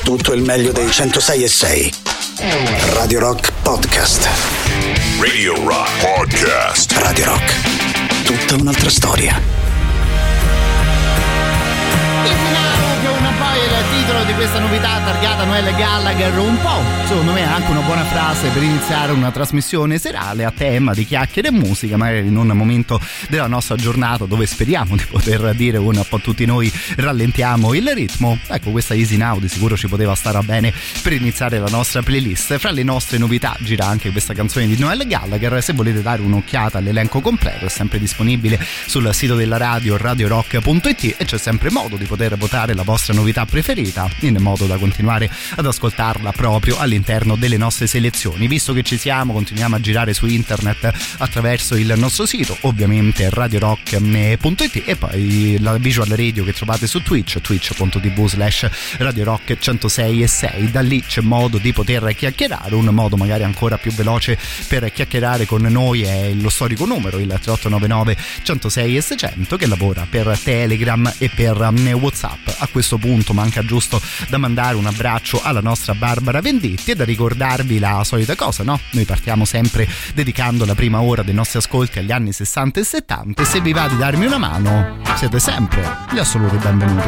tutto il meglio dei 106.6. Radio Rock Podcast. Radio Rock Podcast. Radio Rock. Tutta un'altra storia. Il titolo di questa novità targata Noel Gallagher, un po', secondo me, è anche una buona frase per iniziare una trasmissione serale a tema di chiacchiere e musica, magari in un momento della nostra giornata dove speriamo di poter dire un po' tutti noi rallentiamo il ritmo. Ecco, questa Easy Now di sicuro ci poteva stare bene per iniziare la nostra playlist. Fra le nostre novità gira anche questa canzone di Noel Gallagher. Se volete dare un'occhiata all'elenco completo è sempre disponibile sul sito della radio radiorock.it e c'è sempre modo di poter votare la vostra novità preferita in modo da continuare ad ascoltarla proprio all'interno delle nostre selezioni. Visto che ci siamo, continuiamo a girare su internet attraverso il nostro sito, ovviamente radiorock.it, e poi la visual radio che trovate su Twitch, twitch.tv/radiorock 106.6. Da lì c'è modo di poter chiacchierare. Un modo magari ancora più veloce per chiacchierare con noi è lo storico numero, il 3899 106 e 600, che lavora per Telegram e per WhatsApp. A questo punto manca giusto da mandare un abbraccio alla nostra Barbara Venditti e da ricordarvi la solita cosa, no? Noi partiamo sempre dedicando la prima ora dei nostri ascolti agli anni 60 e 70 e se vi va di darmi una mano siete sempre gli assoluti benvenuti.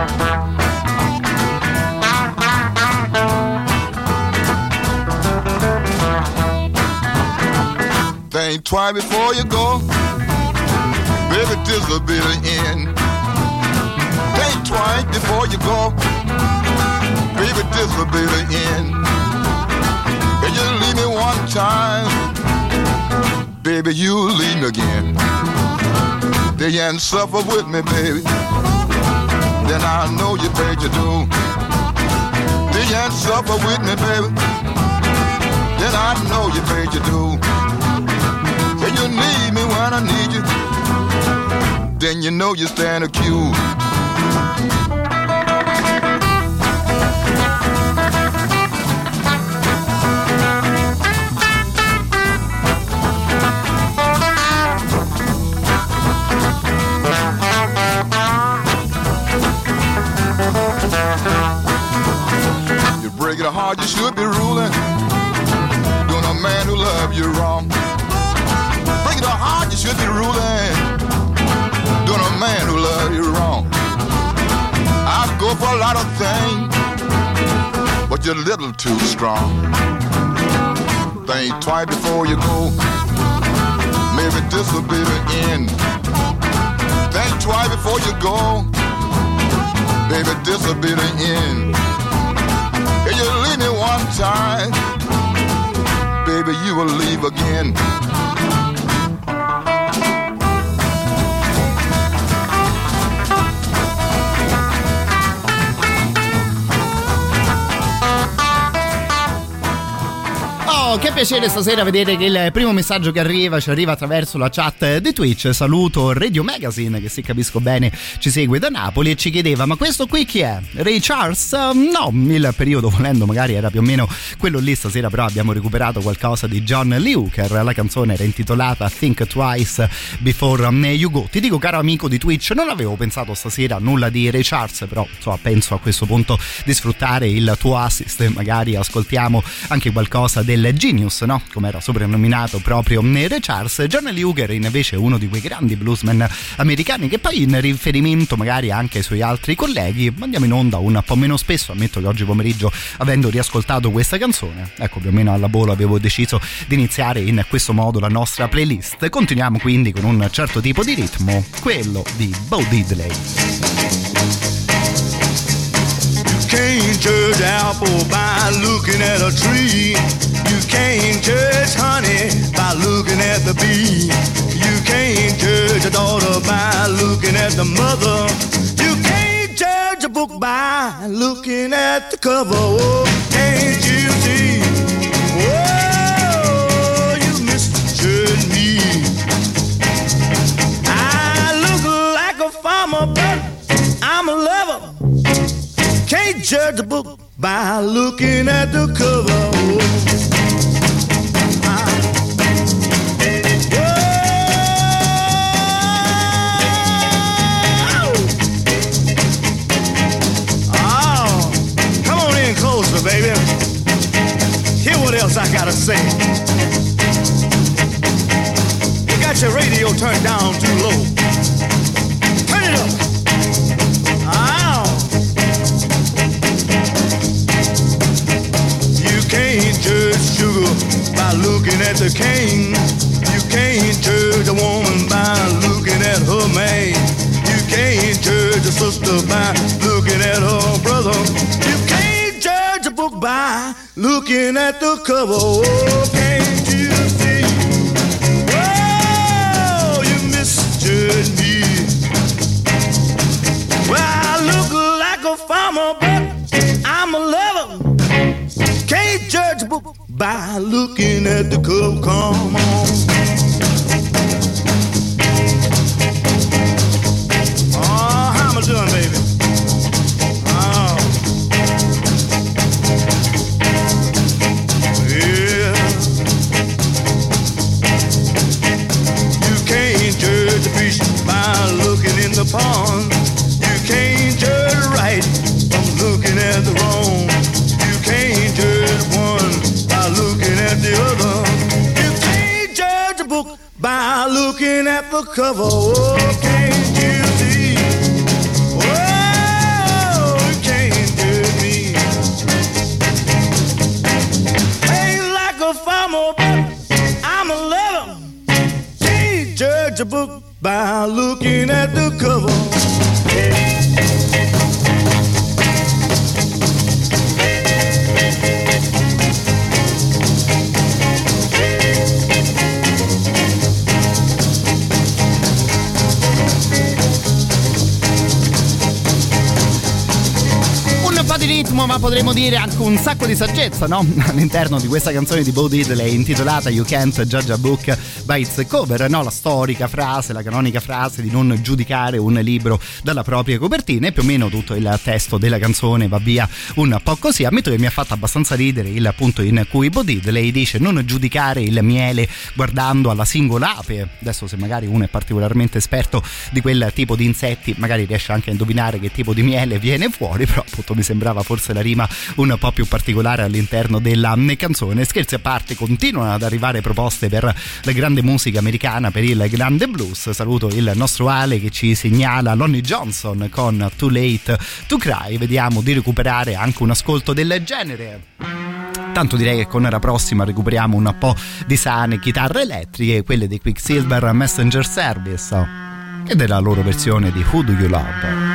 Think twice before you go, baby, this will be the end. Think twice before you go, baby, this will be the end. If you leave me one time, baby, you'll leave me again. Then you ain't suffer with me, baby, then I know you paid your due. Then you ain't suffer with me, baby, then I know you paid your due. If you need me when I need you, then you know you stand accused. You break it hard, you should be ruling, doing a man who loved you wrong. Break it hard, you should be ruling, doing a man who loved you wrong. I'd go for a lot of things, but you're a little too strong. Think twice before you go, maybe this will be the end. Think twice before you go, baby, this will be the end. If you leave me one time, baby, you will leave again. Che piacere stasera vedere che il primo messaggio che arriva ci arriva attraverso la chat di Twitch. Saluto Radio Magazine, che se capisco bene ci segue da Napoli e ci chiedeva: ma questo qui chi è? Ray Charles? No, il periodo volendo magari era più o meno quello lì. Stasera però abbiamo recuperato qualcosa di John Lee Hooker. La canzone era intitolata Think Twice Before You Go. Ti dico, caro amico di Twitch, non avevo pensato stasera a nulla di Ray Charles, però insomma, penso a questo punto di sfruttare il tuo assist, magari ascoltiamo anche qualcosa del Genius, no? Come era soprannominato proprio Ray Charles. John Lee Hooker invece è uno di quei grandi bluesmen americani che poi, in riferimento magari anche ai suoi altri colleghi, andiamo in onda un po' meno spesso. Ammetto che oggi pomeriggio, avendo riascoltato questa canzone, ecco, più o meno alla volo avevo deciso di iniziare in questo modo la nostra playlist. Continuiamo quindi con un certo tipo di ritmo, quello di Bo Diddley. Can't judge apple by looking at a tree. You can't judge honey by looking at the bee. You can't judge a daughter by looking at the mother. You can't judge a book by looking at the cover. Oh, can't you see? Oh, you misjudge me. I look like a farmer, but I'm a lover. Can't judge a book by looking at the cover. Oh. Come on in. gotta say. You got your radio turned down too low. Turn it up. Ow. You can't judge sugar by looking at the cane. You can't judge a woman by looking at her man. You can't judge a sister by looking at her brother. You can't judge a book by looking at the cover. Oh, can't you see? Oh, you misjudge me. Well, I look like a farmer, but I'm a lover. Can't judge a book by looking at the cover. Come on. Oh, how am I doing, baby? Oh. Yeah. You can't judge the fish by looking in the pond. You can't judge right from looking at the wrong. You can't judge one by looking at the other. You can't judge a book by looking at the cover. Oh, can't you see? Oh, you can't judge me. Ain't like a farmer, but I'm a lover. Can't judge a book by looking at the cover. Di ritmo, ma potremmo dire anche un sacco di saggezza, no? All'interno di questa canzone di Bo Diddley intitolata You Can't Judge a Book by Its Cover, no? La storica frase, la canonica frase di non giudicare un libro dalla propria copertina, e più o meno tutto il testo della canzone va via un po' così. Ammetto che mi ha fatto abbastanza ridere il punto in cui Bo Diddley dice non giudicare il miele guardando alla singola ape. Adesso, se magari uno è particolarmente esperto di quel tipo di insetti, magari riesce anche a indovinare che tipo di miele viene fuori, però appunto mi sembrava forse la rima un po' più particolare all'interno della canzone. Scherzi a parte, continuano ad arrivare proposte per la grande musica americana, per il grande blues. Saluto il nostro Ale che ci segnala Lonnie Johnson con Too Late to Cry. Vediamo di recuperare anche un ascolto del genere. Tanto direi che con la prossima recuperiamo un po' di sane chitarre elettriche, quelle dei Quicksilver Messenger Service e della loro versione di Who Do You Love.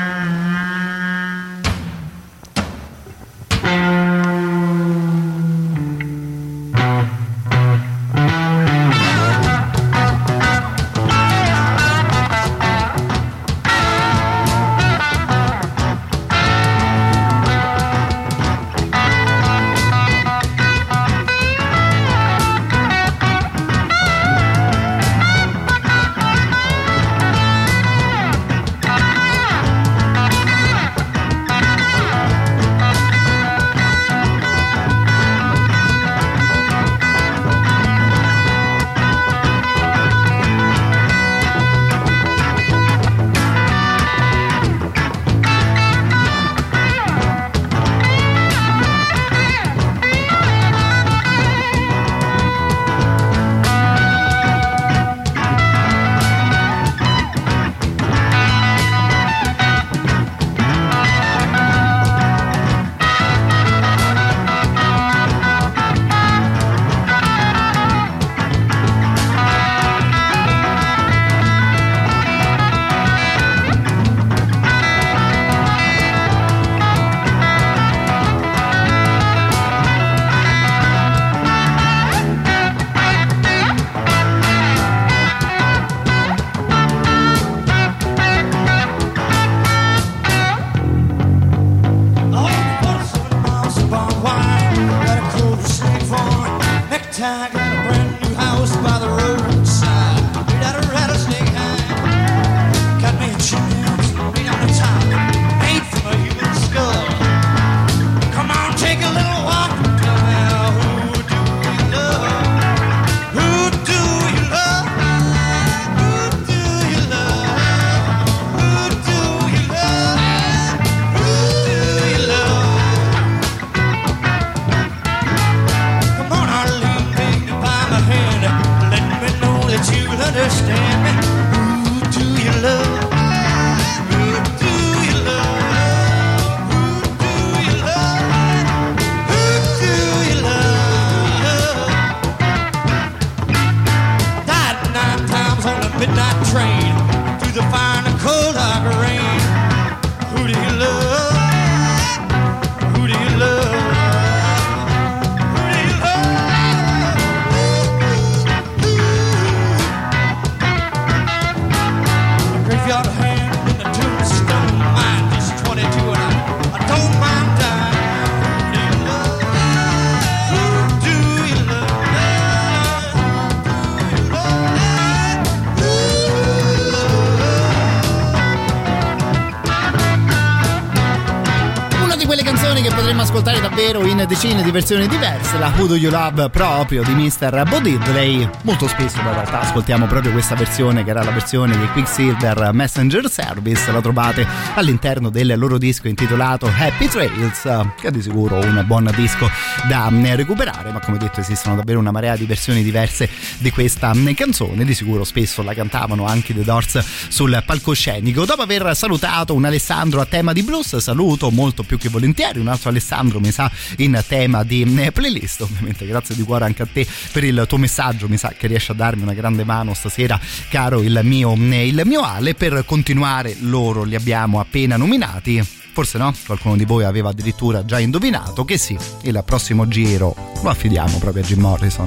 che potremmo ascoltare davvero in decine di versioni diverse. La Who Do You Love proprio di Mr. Bo Diddley. Molto spesso in realtà ascoltiamo proprio questa versione, che era la versione di Quicksilver Messenger Service. La trovate all'interno del loro disco intitolato Happy Trails, che è di sicuro un buon disco da recuperare, ma come detto esistono davvero una marea di versioni diverse di questa canzone. Di sicuro spesso la cantavano anche The Doors sul palcoscenico. Dopo aver salutato un Alessandro a tema di blues, saluto molto più che volentieri un altro Alessandro, mi sa, in tema di playlist. Ovviamente grazie di cuore anche a te per il tuo messaggio, mi sa che riesci a darmi una grande mano stasera, caro il mio Ale. Per continuare, loro li abbiamo appena nominati, forse no, qualcuno di voi aveva addirittura già indovinato che sì, il prossimo giro lo affidiamo proprio a Jim Morrison.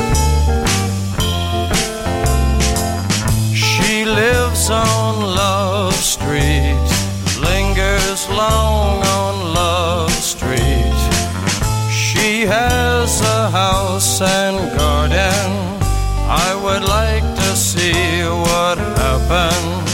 She lives on Love Street, lingers long on Love Street. She has a house and garden. I would like to see what happens.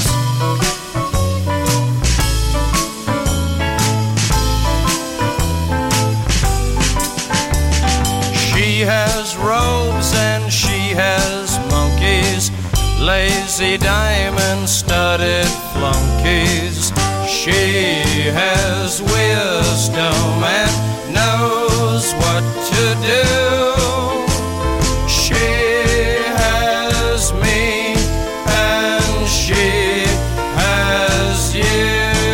She has robes and she has monkeys, lazy diamond-studded flunkies. She has wisdom and knows what to do. She has me and she has you.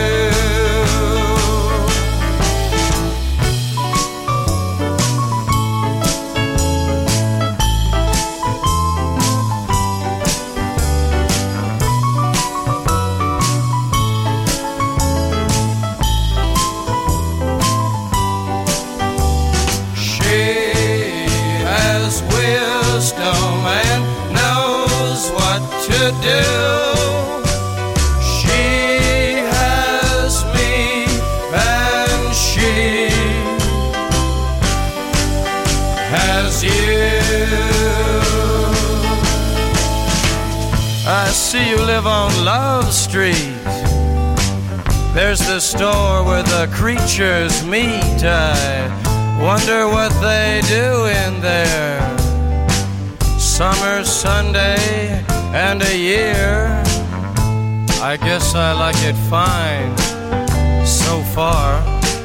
To do. She has me and she has you. I see you live on Love Street. There's the store where the creatures meet. I wonder what they do in there. Summer Sunday and a year. I guess I like it fine so far.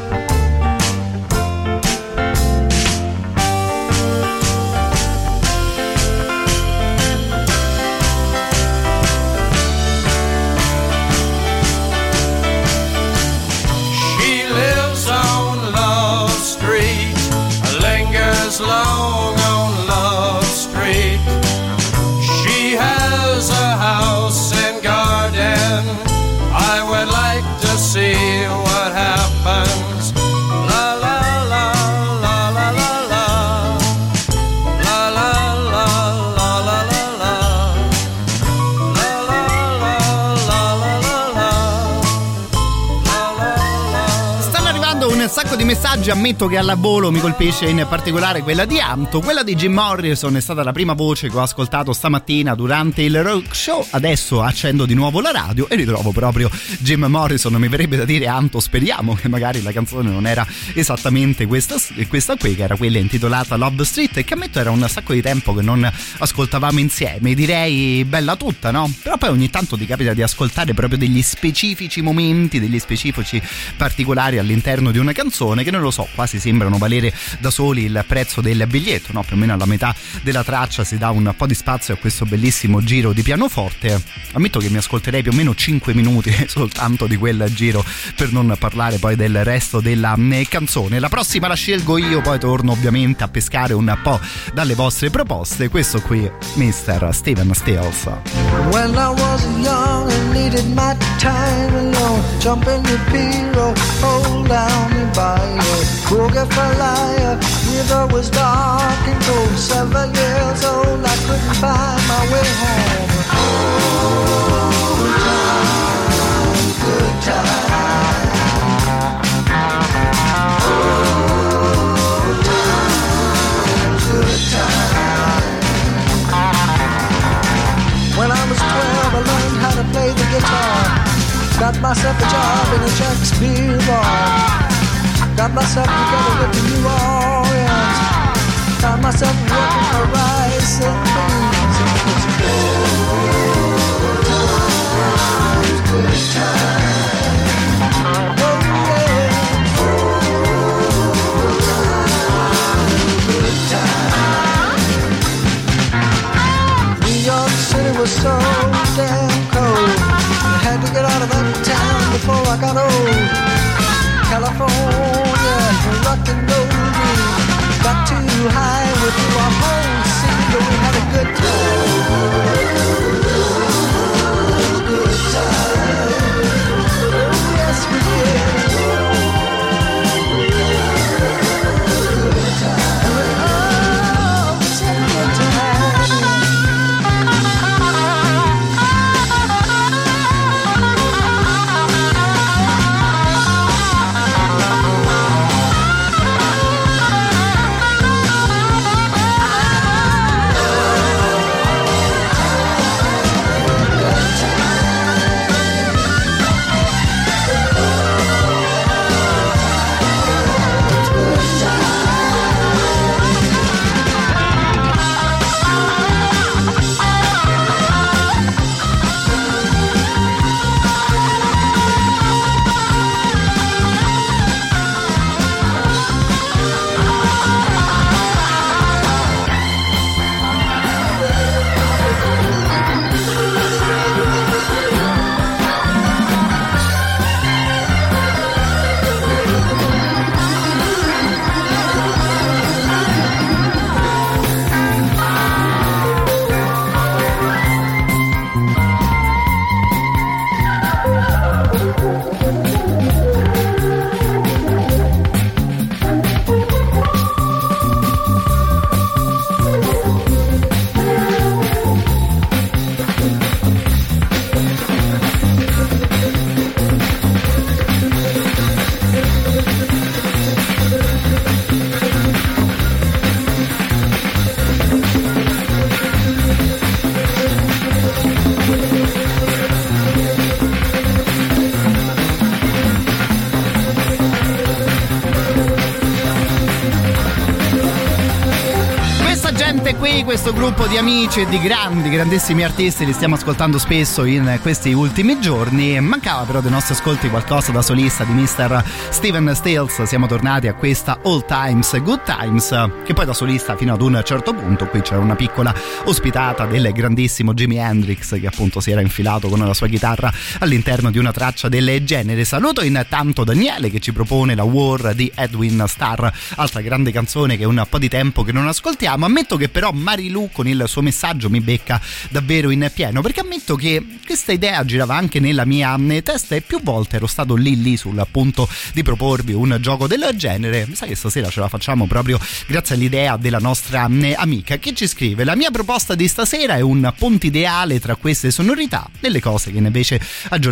She lives on Love Street, lingers long on Love Street. She has a house and garden. I would like to see what happens. La la la la la la la. La la la la la la la. La la la la la la la. La la la. Stanno arrivando un sacco di messaggi, ammetto che alla volo mi colpisce in particolare quella di Anto. Quella di Jim Morrison è stata la prima voce che ho ascoltato stamattina durante il rock show. Adesso accendo di nuovo la radio e ritrovo proprio Jim Morrison. Mi verrebbe da dire, Anto, speriamo che magari la canzone non era esattamente questa qui, che era quella intitolata Love Street, e che ammetto era un sacco di tempo che non ascoltavamo insieme. Direi bella tutta, no? Però poi ogni tanto ti capita di ascoltare proprio degli specifici momenti, degli specifici particolari all'interno di una canzone che, non lo so, quasi sembrano valere da soli il prezzo del biglietto, no? Più o meno alla metà della traccia si dà un po' di spazio a questo bellissimo giro di pianoforte. Ammetto che mi ascolterei più o meno 5 minuti soltanto di quel giro, per non parlare poi del resto della canzone. La prossima la scelgo io, poi torno ovviamente a pescare un po' dalle vostre proposte. Questo qui, Mr. Stephen Stills. When I was young and needed my time alone, jump in the pirogue, hold down the bayou, Kroger for liar, river was dark and cold, 7 years old, I couldn't find my way home. Oh, time, good time. Oh, time, good time. When I was 12, I learned how to play the guitar. Got myself a job in a Shakespeare bar. Got got myself together with the New Orleans. Found myself working for rice and beans. It's a good time. Oh yeah. Good time. New York City was so damn cold. I had to get out of that town before I got old. California, rock and roll me. Got too high with you, our whole scene, but we had a good time. Good time. Yes, we did. Good time. Oh, we had a good time. Questo gruppo di amici e di grandissimi artisti li stiamo ascoltando spesso in questi ultimi giorni. Mancava però dei nostri ascolti qualcosa da solista di Mr. Stephen Stills. Siamo tornati a questa All Times Good Times, che poi da solista fino ad un certo punto. Qui c'era una piccola ospitata del grandissimo Jimi Hendrix, che appunto si era infilato con la sua chitarra all'interno di una traccia del genere. Saluto intanto Daniele che ci propone la War di Edwin Starr, altra grande canzone che è un po' di tempo che non ascoltiamo. Ammetto che però Marilu con il suo messaggio mi becca davvero in pieno, perché ammetto che questa idea girava anche nella mia testa e più volte ero stato lì sul punto di proporvi un gioco del genere. Mi sa che stasera ce la facciamo proprio grazie all'idea della nostra amica che ci scrive: la mia proposta di stasera è un ponte ideale tra queste sonorità nelle cose che invece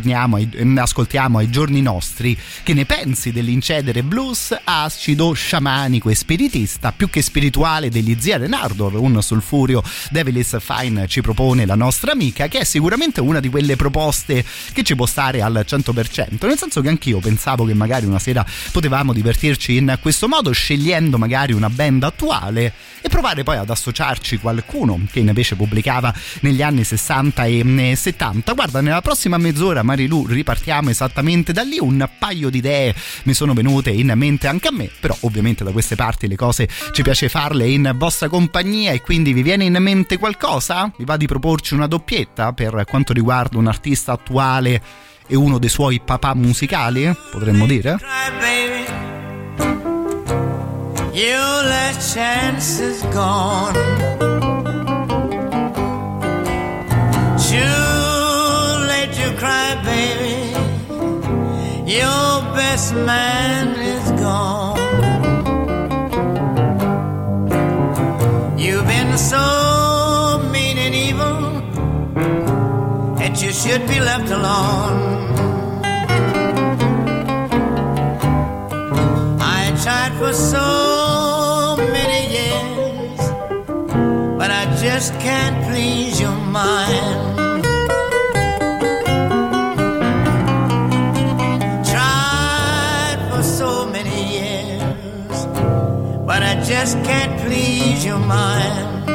ascoltiamo ai giorni nostri. Che ne pensi dell'incedere blues acido, sciamanico e spiritista più che spirituale degli Zia Renardor? Un sulfurio Devil Fine ci propone la nostra amica, che è sicuramente una di quelle proposte che ci può stare al 100%, nel senso che anch'io pensavo che magari una sera potevamo divertirci in questo modo, scegliendo magari una band attuale e provare poi ad associarci qualcuno che invece pubblicava negli anni 60 e 70. Guarda, nella prossima mezz'ora, Marilu, ripartiamo esattamente da lì. Un paio di idee mi sono venute in mente anche a me, però ovviamente da queste parti le cose ci piace farle in vostra compagnia. E quindi vi viene in mente qualcosa? Vi va di proporci una doppietta per quanto riguarda un artista attuale e uno dei suoi papà musicali, potremmo dire? Your last chance is gone. Too late to cry, baby. Your best man is gone. You've been so mean and evil that you should be left alone. I tried for so many years, but I just can't please your mind. Tried for so many years, but I just can't please your mind.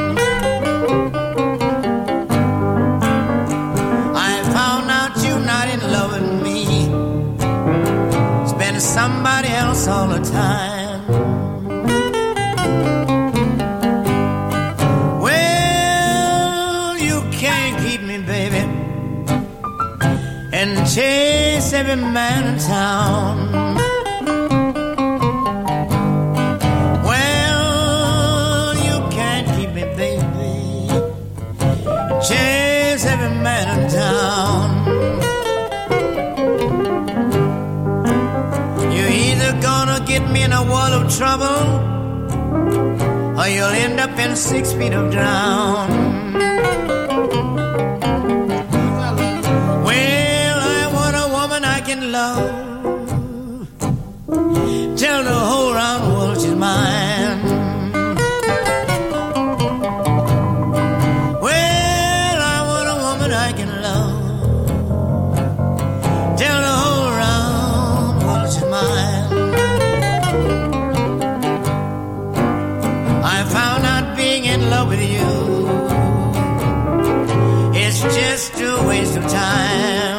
I found out you're not in love with me. It's been somebody else all the time. Well, you can't keep me, baby, and chase every man in town. Chase every man in town. You're either gonna get me in a world of trouble, or you'll end up in 6 feet of drown. Well, I want a woman I can love, tell the whole round world she's mine. With you, it's just a waste of time.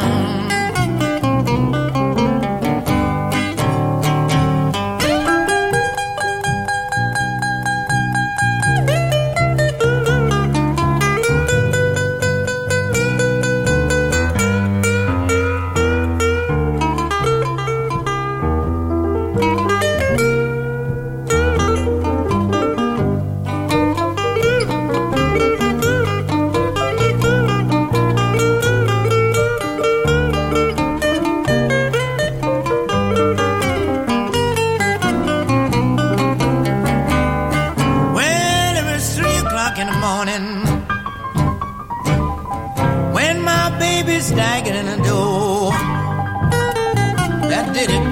Staggered in the door. That did it.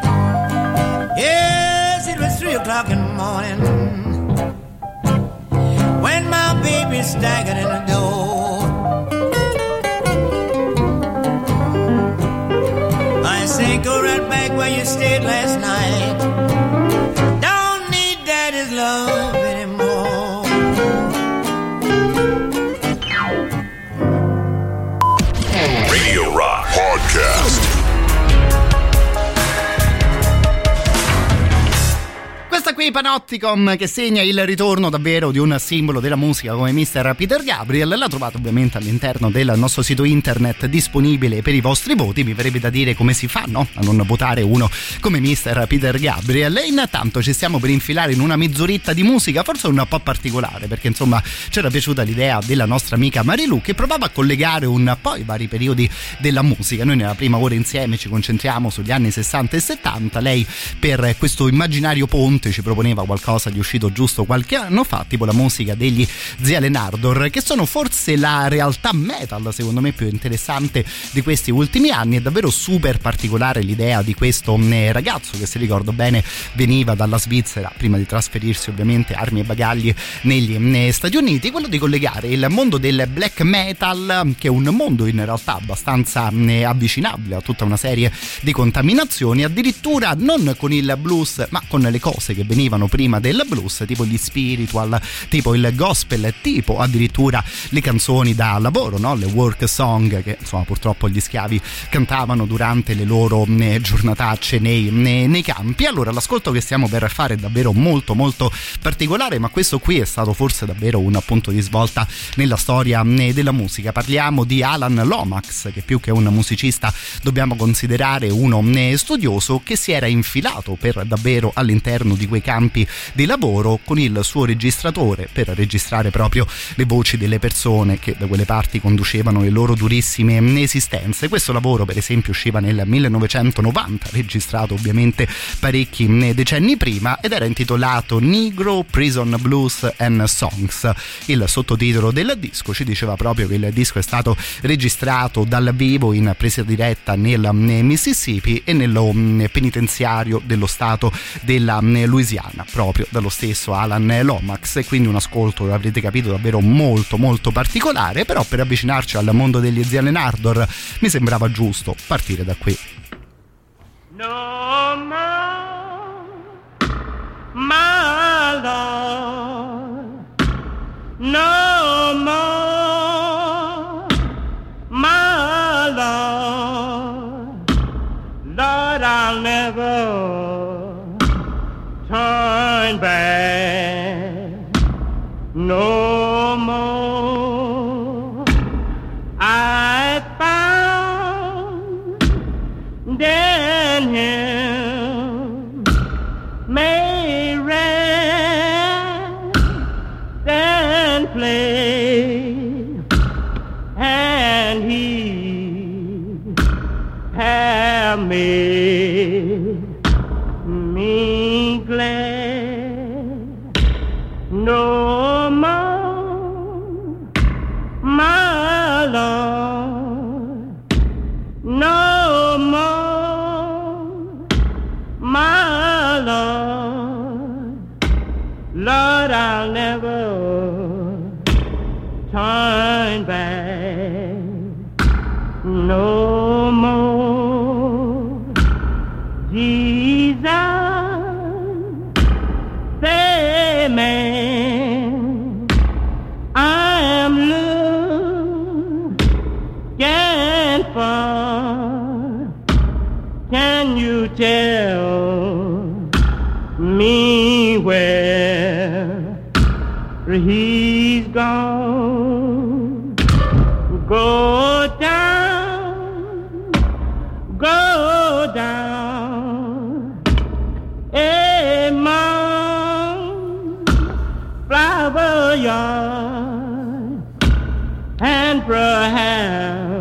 Yes, it was 3 o'clock in the morning when my baby staggered in the door. I say, go right back where you stayed last night. Don't need daddy's love anymore. Radio Rock Podcast. Questa qui Panopticon, che segna il ritorno davvero di un simbolo della musica come Mr. Peter Gabriel. La trovate ovviamente all'interno del nostro sito internet disponibile per i vostri voti. Mi verrebbe da dire come si fa, no? A non votare uno come Mr. Peter Gabriel. E intanto ci stiamo per infilare in una mezz'oretta di musica, forse un po' particolare, perché insomma c'era piaciuta l'idea della nostra amica Marilu, che provava a collegare un po' i vari periodi della musica. Noi nella prima ora insieme ci concentriamo sugli anni 60 e 70, lei per questo immaginario ponte ci proponeva qualcosa di uscito giusto qualche anno fa, tipo la musica degli Zia Lenardor, che sono forse la realtà metal secondo me più interessante di questi ultimi anni. È davvero super particolare l'idea di questo ragazzo che, se ricordo bene, veniva dalla Svizzera prima di trasferirsi ovviamente armi e bagagli negli Stati Uniti, quello di collegare il mondo del black metal, che è un mondo in realtà abbastanza avvicinabile a tutta una serie di contaminazioni, addirittura non con il blues ma con le cose che venivano prima del blues, tipo gli spiritual, tipo il gospel, tipo addirittura le canzoni da lavoro, no? Le work song che insomma purtroppo gli schiavi cantavano durante le loro giornatacce nei campi. Allora l'ascolto che stiamo per fare è davvero molto molto particolare, ma questo qui è stato forse davvero un punto di svolta nella storia della musica. Parliamo di Alan Lomax, che più che un musicista dobbiamo considerare uno studioso, che si era infilato per davvero all'interno di quei campi di lavoro con il suo registratore per registrare proprio le voci delle persone che da quelle parti conducevano le loro durissime esistenze. Questo lavoro per esempio usciva nel 1990, registrato ovviamente parecchi decenni prima, ed era intitolato Negro Prison Blues and Songs. Il sottotitolo del disco ci diceva proprio che il disco è stato registrato dal vivo in presa diretta nel Mississippi e nello penitenziario dello stato della Louisiana, proprio dallo stesso Alan Lomax. E quindi un ascolto, l'avrete capito, davvero molto molto particolare, però per avvicinarci al mondo degli Zia Lenardor mi sembrava giusto partire da qui. No more, my no more, my Lord. Lord, I'll never turn back no more. I found in Him may rest and play, and He have made me glad. No more, my Lord, no more, my Lord. Lord, I'll never turn back no more. Jesus, say, man, I am looking for. Can you tell me where He's gone? Go down, go down among flower yard, and perhaps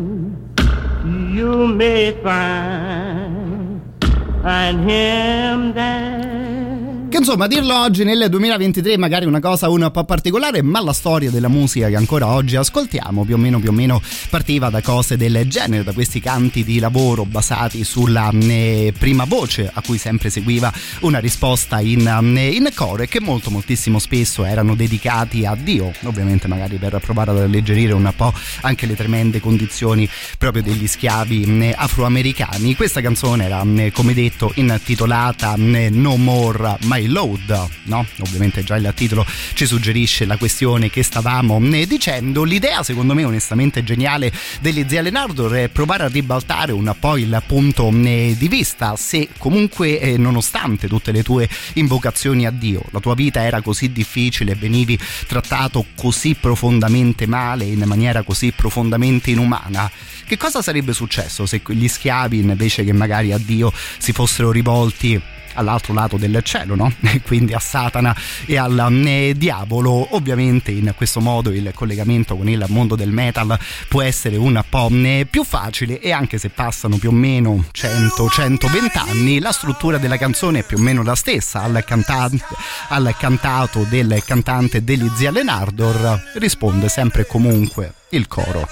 you may find Him there. Che insomma, a dirlo oggi nel 2023 magari una cosa un po' particolare, ma la storia della musica che ancora oggi ascoltiamo più o meno partiva da cose del genere, da questi canti di lavoro basati sulla prima voce a cui sempre seguiva una risposta in coro, e che moltissimo spesso erano dedicati a Dio, ovviamente magari per provare ad alleggerire un po' anche le tremende condizioni proprio degli schiavi afroamericani. Questa canzone era, come detto, intitolata No More My Load, no? Ovviamente già il titolo ci suggerisce la questione che stavamo dicendo. L'idea, secondo me, onestamente geniale degli Zia Lenardor è provare a ribaltare un po' il punto di vista. Se comunque, nonostante tutte le tue invocazioni a Dio, la tua vita era così difficile, venivi trattato così profondamente male, in maniera così profondamente inumana, che cosa sarebbe successo se gli schiavi, invece che magari a Dio, si fossero rivolti all'altro lato del cielo, no? Quindi a Satana e al diavolo? Ovviamente in questo modo il collegamento con il mondo del metal può essere un po' più facile, e anche se passano più o meno 100-120 anni, la struttura della canzone è più o meno la stessa. Al cantato del cantante degli Zia Lenardor risponde sempre e comunque il coro.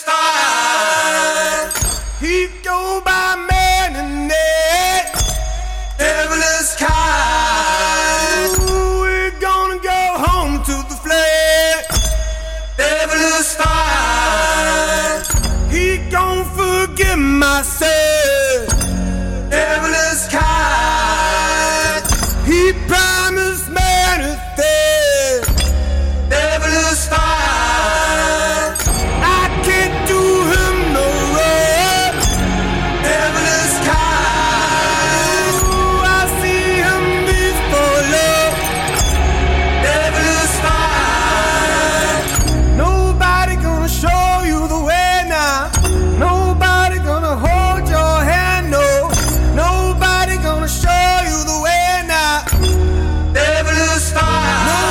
He go by man and devilish kind. We're gonna go home to the flag. Devilish fire. He gon' forgive my sin. Devilish kind. He promised manifest. Devilish fire. I can't do him no wrong. Devilish kind. Ooh, I see him before love. Devilish fire. Nobody gonna show you the way now. Nobody gonna hold your hand, no. Nobody gonna show you the way now. Devilish fire.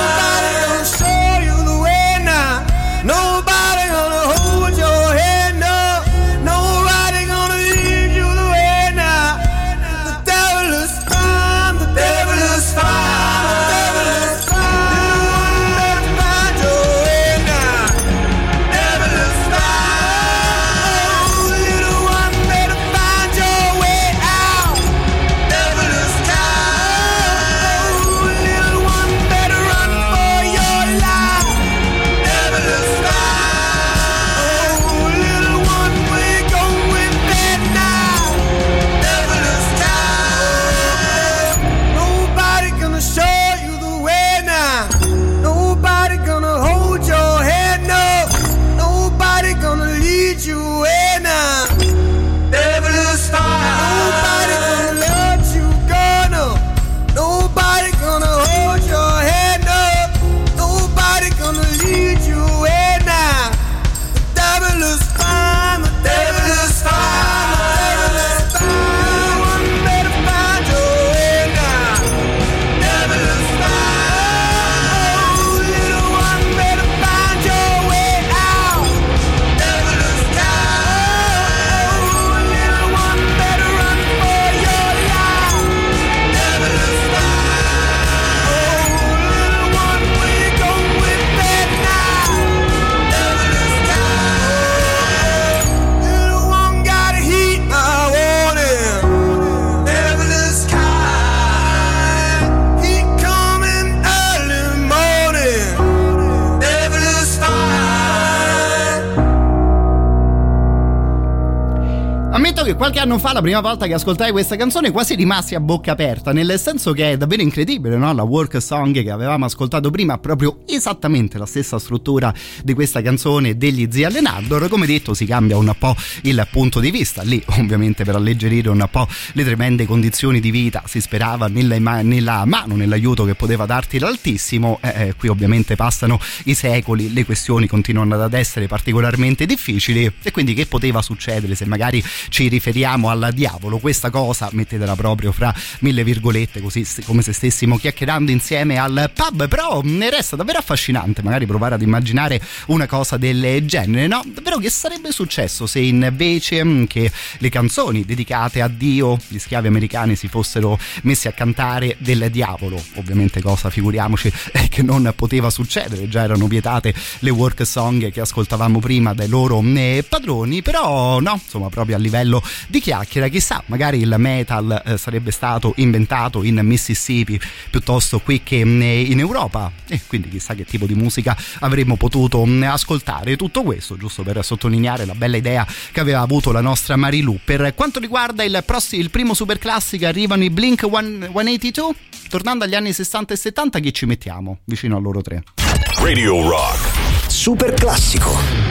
Io qualche anno fa, la prima volta che ascoltai questa canzone, quasi rimasi a bocca aperta, nel senso che è davvero incredibile, no? La work song che avevamo ascoltato prima ha proprio esattamente la stessa struttura di questa canzone degli Zii Allenandro. Come detto, si cambia un po' il punto di vista, lì ovviamente per alleggerire un po' le tremende condizioni di vita si sperava nella mano, nell'aiuto che poteva darti l'Altissimo. Qui ovviamente passano i secoli, le questioni continuano ad essere particolarmente difficili, e quindi che poteva succedere se magari ci riferiamo al diavolo? Questa cosa mettetela proprio fra mille virgolette, così come se stessimo chiacchierando insieme al pub. Però ne resta davvero affascinante magari provare ad immaginare una cosa del genere, no? Davvero che sarebbe successo se invece che le canzoni dedicate a Dio gli schiavi americani si fossero messi a cantare del diavolo? Ovviamente cosa, figuriamoci, che non poteva succedere, già erano vietate le work song che ascoltavamo prima dai loro padroni. Però no, insomma, proprio a livello di chiacchiera, chissà, magari il metal sarebbe stato inventato in Mississippi piuttosto qui che in Europa, e quindi chissà che tipo di musica avremmo potuto ascoltare. Tutto questo giusto per sottolineare la bella idea che aveva avuto la nostra Marilu. Per quanto riguarda il primo super classico, arrivano i Blink 182. Tornando agli anni 60 e 70, chi ci mettiamo vicino a loro tre? Radio Rock Super classico.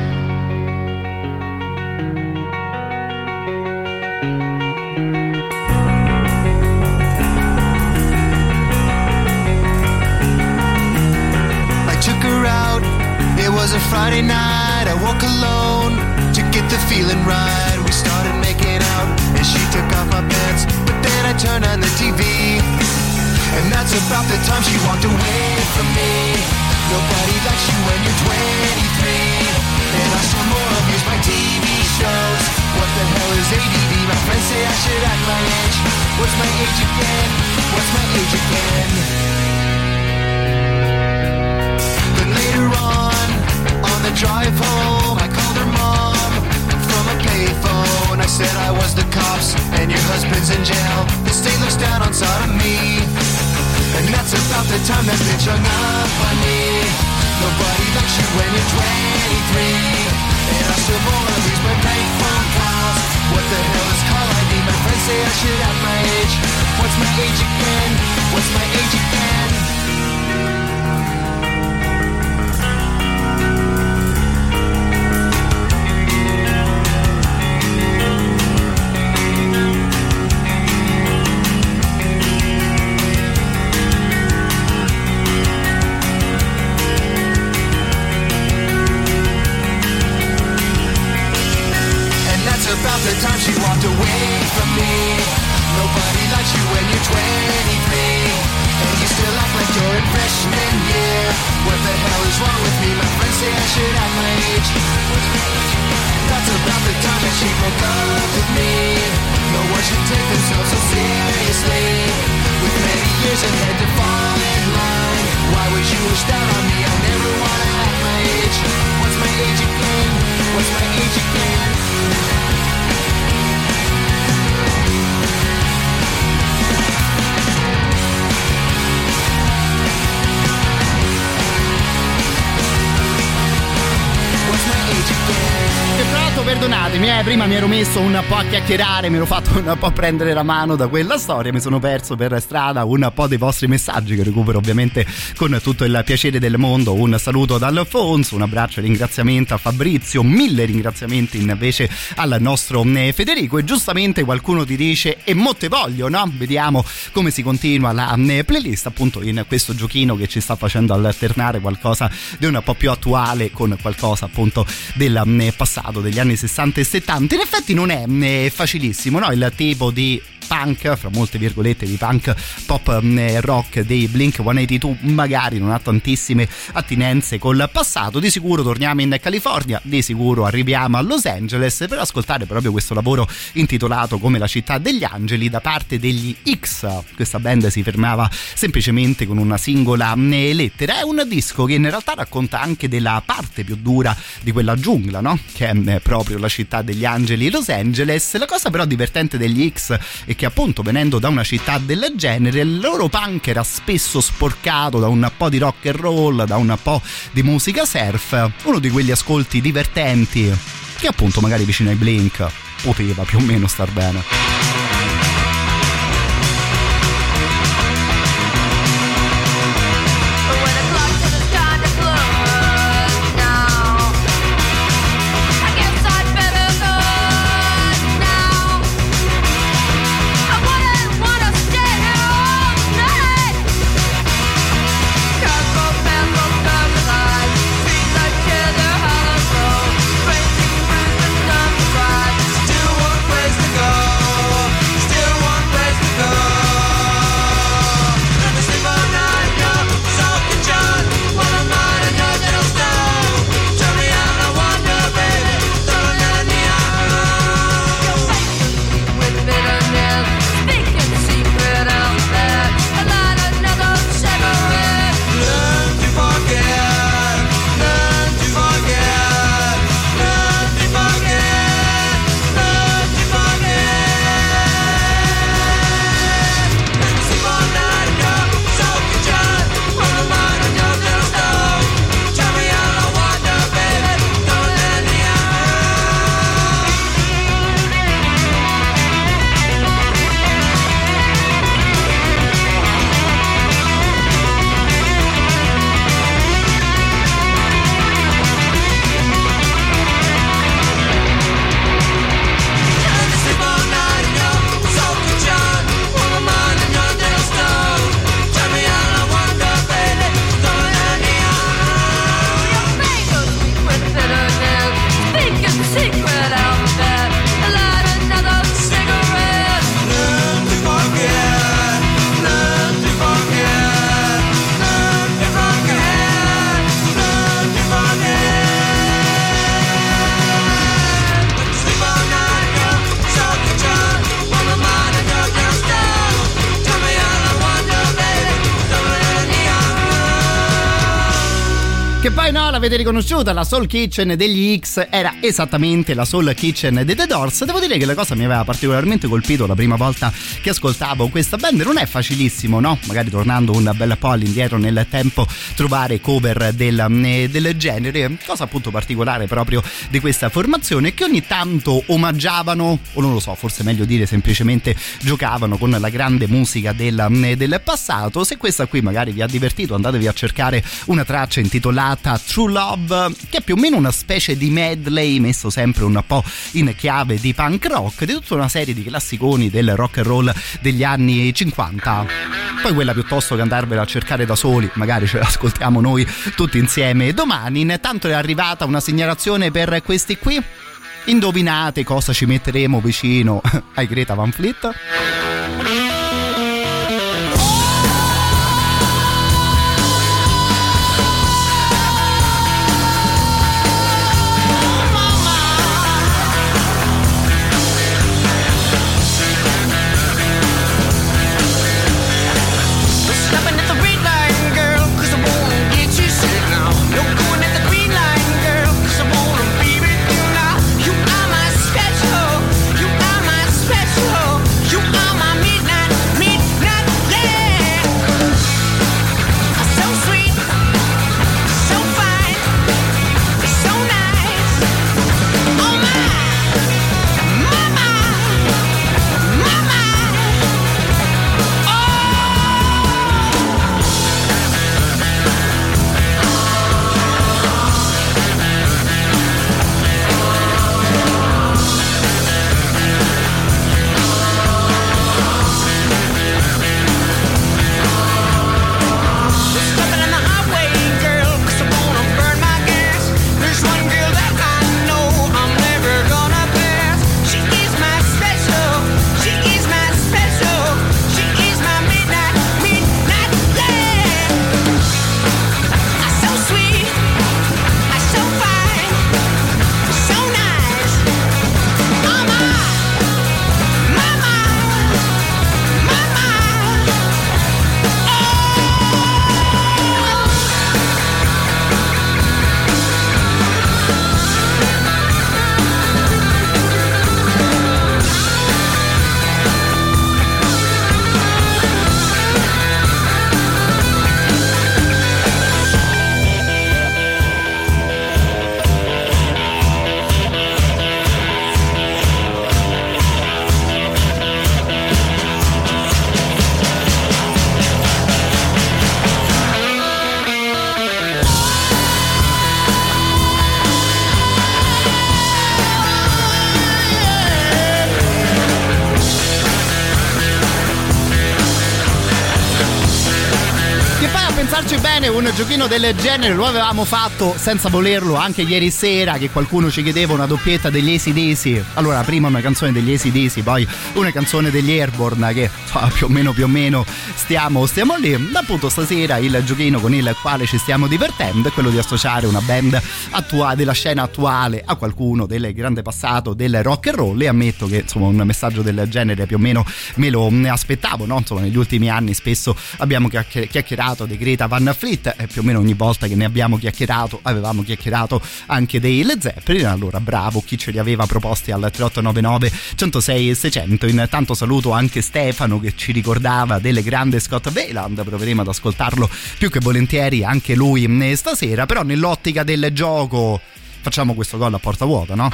It was a Friday night, I woke alone to get the feeling right. We started making out and she took off my pants, but then I turned on the TV, and that's about the time she walked away from me. Nobody likes you when you're 23, and I still more abuse my TV shows. What the hell is ADD? My friends say I should act my age. What's my age again? What's my age again? But later on the drive home, I called her mom from a payphone. I said I was the cops and your husband's in jail. The state looks down on sodomy, and that's about the time that bitch hung up on me. Nobody likes you when you're 23, and I still wanna lose my bank phone calls. What the hell is call ID? My friends say I should have my age. What's my age again? What's my age again? About the time she walked away from me. Nobody likes you when you're 23, and you still act like you're in freshman year. What the hell is wrong with me? My friends say I should act my age. That's about the time that she broke up with me. No one should take themselves so seriously, with many years ahead to fall in line. Why would you wish that on me? I never wanna act my age. What's my age again? What's my age again? E fra l'altro perdonatemi, prima mi ero messo un po' a chiacchierare, mi ero fatto un po' prendere la mano da quella storia, mi sono perso per strada un po' dei vostri messaggi che recupero ovviamente con tutto il piacere del mondo. Un saluto ad Alfonso, un abbraccio e ringraziamento a Fabrizio, 1000 ringraziamenti invece al nostro Federico. E giustamente qualcuno ti dice: e mo te voglio, no? Vediamo come si continua la playlist, appunto in questo giochino che ci sta facendo alternare qualcosa di un po' più attuale con qualcosa appunto del passato, degli anni 60 e 70. In effetti non è facilissimo, no? Il tipo di punk, fra molte virgolette, di punk pop rock dei Blink 182 magari non ha tantissime attinenze col passato. Di sicuro torniamo in California, di sicuro arriviamo a Los Angeles per ascoltare proprio questo lavoro intitolato Come la città degli angeli da parte degli X. Questa band si fermava semplicemente con una singola lettera. È un disco che in realtà racconta anche della parte più dura di quella giungla, no? Che è proprio la città degli angeli, Los Angeles. La cosa però divertente degli X è che appunto venendo da una città del genere il loro punk era spesso sporcato da un po' di rock and roll, da un po' di musica surf, uno di quegli ascolti divertenti che appunto magari vicino ai Blink poteva più o meno star bene. Che poi no, l'avete riconosciuta, la Soul Kitchen degli X era esattamente la Soul Kitchen dei The Doors. Devo dire che la cosa mi aveva particolarmente colpito la prima volta che ascoltavo questa band. Non è facilissimo, no? Magari tornando un bel po' all'indietro nel tempo, trovare cover del genere. Cosa appunto particolare proprio di questa formazione, che ogni tanto omaggiavano, o non lo so, forse meglio dire semplicemente giocavano con la grande musica del passato. Se questa qui magari vi ha divertito, andatevi a cercare una traccia intitolata True Love, che è più o meno una specie di medley messo sempre un po' in chiave di punk rock di tutta una serie di classiconi del rock and roll degli anni 50. Poi quella, piuttosto che andarvela a cercare da soli, magari ce l'ascoltiamo noi tutti insieme domani. Intanto è arrivata una segnalazione per questi qui. Indovinate cosa ci metteremo vicino ai Greta Van Fleet? You are my midnight pensarci bene, un giochino del genere lo avevamo fatto senza volerlo anche ieri sera, che qualcuno ci chiedeva una doppietta degli AC/DC. Allora, prima una canzone degli AC/DC, poi una canzone degli Airborne, che più o meno stiamo lì. Appunto stasera il giochino con il quale ci stiamo divertendo è quello di associare una band della scena attuale a qualcuno del grande passato del rock and roll, e ammetto che insomma un messaggio del genere più o meno me lo aspettavo, no? Insomma, negli ultimi anni spesso abbiamo chiacchierato dei Greta Van Fleet, e più o meno ogni volta che ne abbiamo chiacchierato avevamo chiacchierato anche dei Led Zeppelin. Allora bravo chi ce li aveva proposti al 3899 106 e 600. Intanto saluto anche Stefano che ci ricordava del grande Scott Weiland, proveremo ad ascoltarlo più che volentieri anche lui stasera, però nell'ottica del gioco facciamo questo gol a porta vuota, no?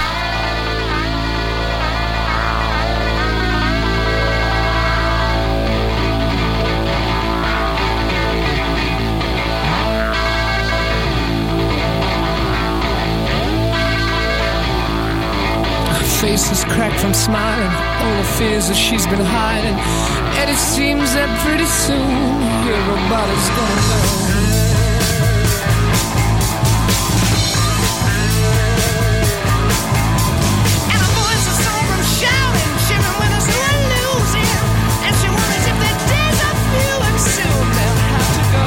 Face is cracked from smiling, all the fears that she's been hiding, and it seems that pretty soon everybody's gonna know. And her voice is so from shouting, shivering when there's no losing, and she wonders if their days are few and soon they'll have to go.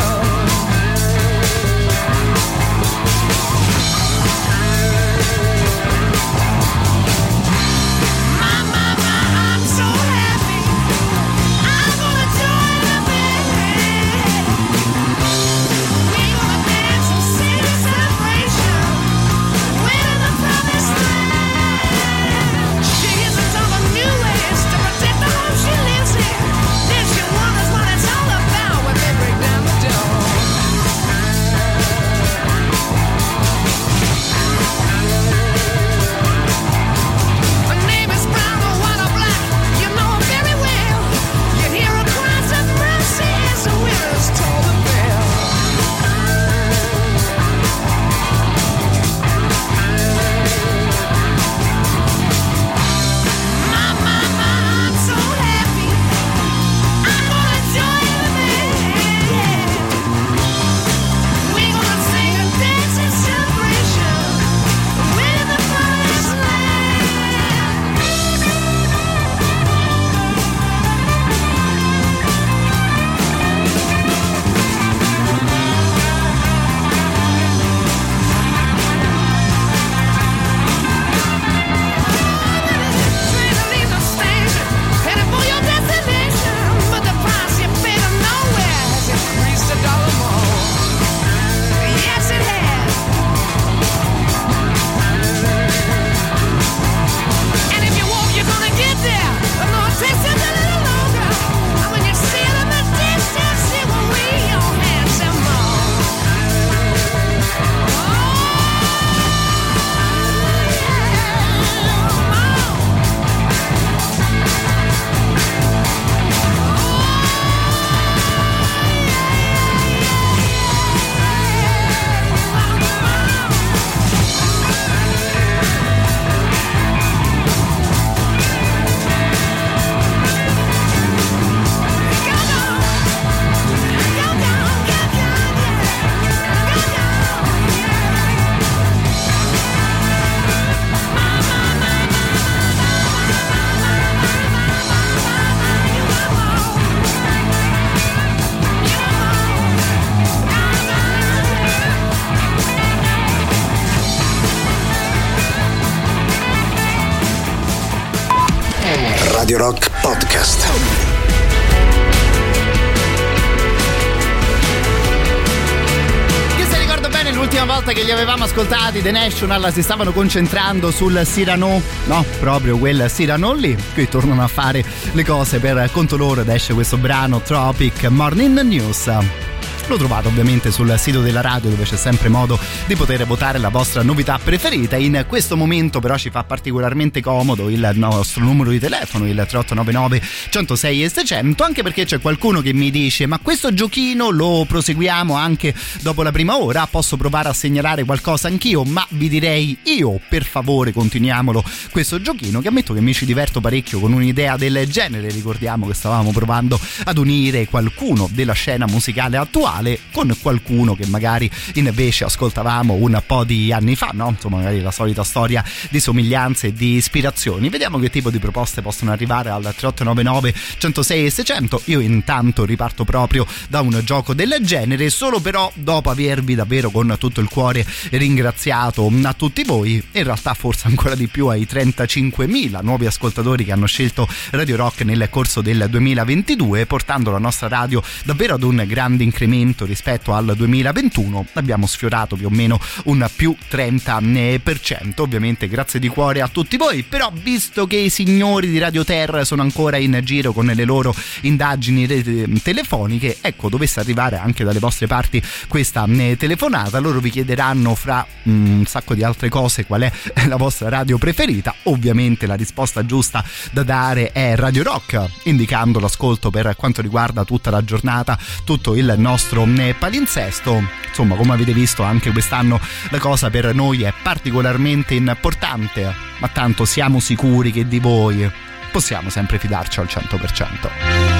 Radio Rock Podcast. L'ultima volta che li avevamo ascoltati, The National si stavano concentrando sul Cyrano, no, proprio quel Cyrano lì. Qui tornano a fare le cose per conto loro ed esce questo brano Tropic Morning News. Lo trovate ovviamente sul sito della radio, dove c'è sempre modo di poter votare la vostra novità preferita. In questo momento però ci fa particolarmente comodo il nostro numero di telefono, il 3899 106 e 600, anche perché c'è qualcuno che mi dice: ma questo giochino lo proseguiamo anche dopo la prima ora? Posso provare a segnalare qualcosa anch'io? Ma vi direi io, per favore, continuiamolo questo giochino, che ammetto che mi ci diverto parecchio con un'idea del genere. Ricordiamo che stavamo provando ad unire qualcuno della scena musicale attuale attuale con qualcuno che magari invece ascoltavamo un po' di anni fa, no? Insomma, magari la solita storia di somiglianze e di ispirazioni. Vediamo che tipo di proposte possono arrivare al 3899 106 e 600. Io intanto riparto proprio da un gioco del genere, solo però dopo avervi davvero con tutto il cuore ringraziato a tutti voi, in realtà forse ancora di più ai 35.000 nuovi ascoltatori che hanno scelto Radio Rock nel corso del 2022, portando la nostra radio davvero ad un grande incremento rispetto al 2021. Abbiamo sfiorato più o meno un più 30%. Ovviamente grazie di cuore a tutti voi, però visto che i signori di Radio Terra sono ancora in giro con le loro indagini telefoniche, ecco, dovesse arrivare anche dalle vostre parti questa telefonata, loro vi chiederanno fra un sacco di altre cose qual è la vostra radio preferita. Ovviamente la risposta giusta da dare è Radio Rock, indicando l'ascolto per quanto riguarda tutta la giornata, tutto il nostro palinsesto. Insomma, come avete visto anche quest'anno la cosa per noi è particolarmente importante, ma tanto siamo sicuri che di voi possiamo sempre fidarci al 100%.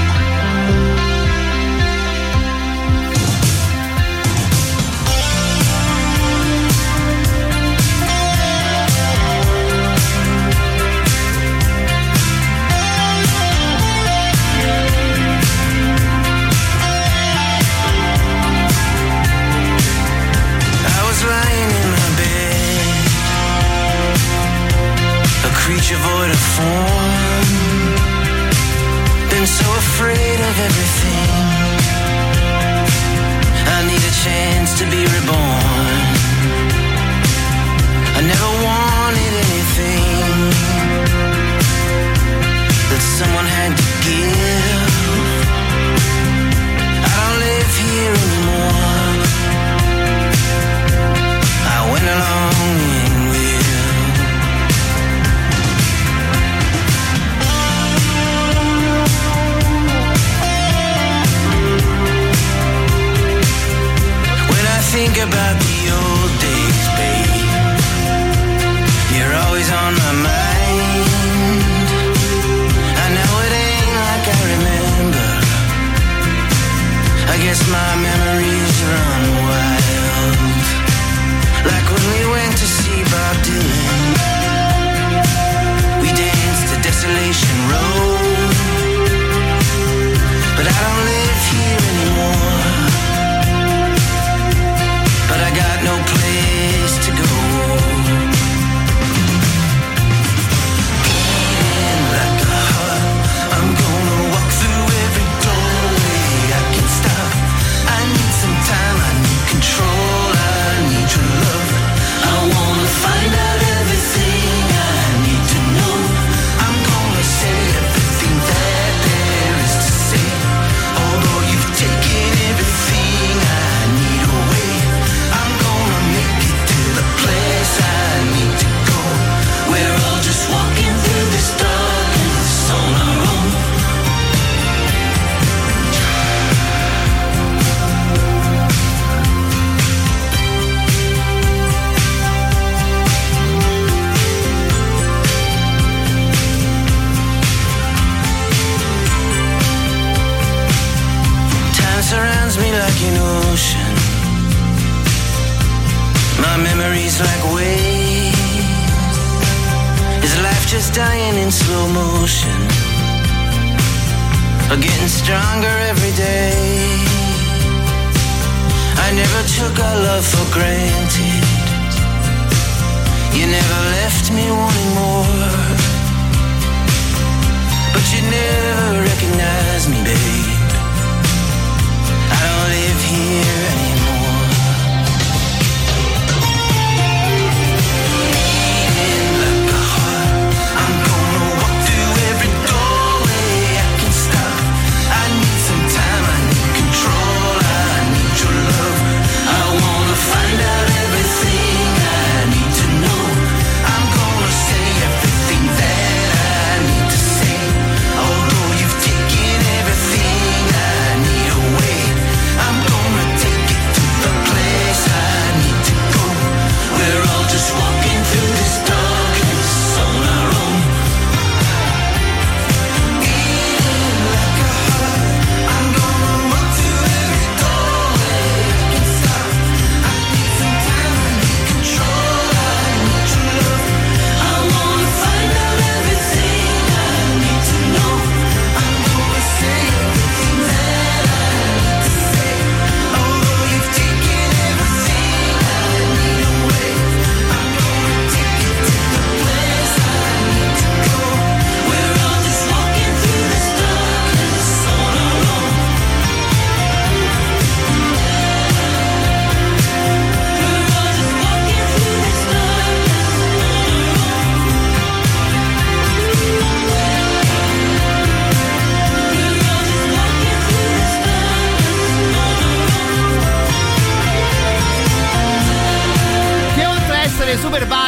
Creature void of form, been so afraid of everything. I need a chance to be reborn. I never wanted anything that someone had to give. I don't live here anymore. I went along in with think about the old days, babe. You're always on my mind. I know it ain't like I remember. I guess my memories run wild. Like when we went to see Bob Dylan. We danced to Desolation Road. But I don't live here anymore. But I got no place to go. Beating like a heart, I'm gonna walk through every doorway I can stop. I need some time, I need control, I need your love. I wanna find out everything I need to know. I'm gonna say everything that there is to say. Although you've taken everything I need away, place I need to go. We're all just walking through this darkness on our own. Time surrounds me like an ocean. My memories like waves. Is life just dying in slow motion? Or getting stronger every day? I never took our love for granted. You never left me wanting more. But you never recognized me, babe. I don't live here anymore. Find out everything I need to know. I'm gonna say everything that I need to say. Although you've taken everything I need away, I'm gonna take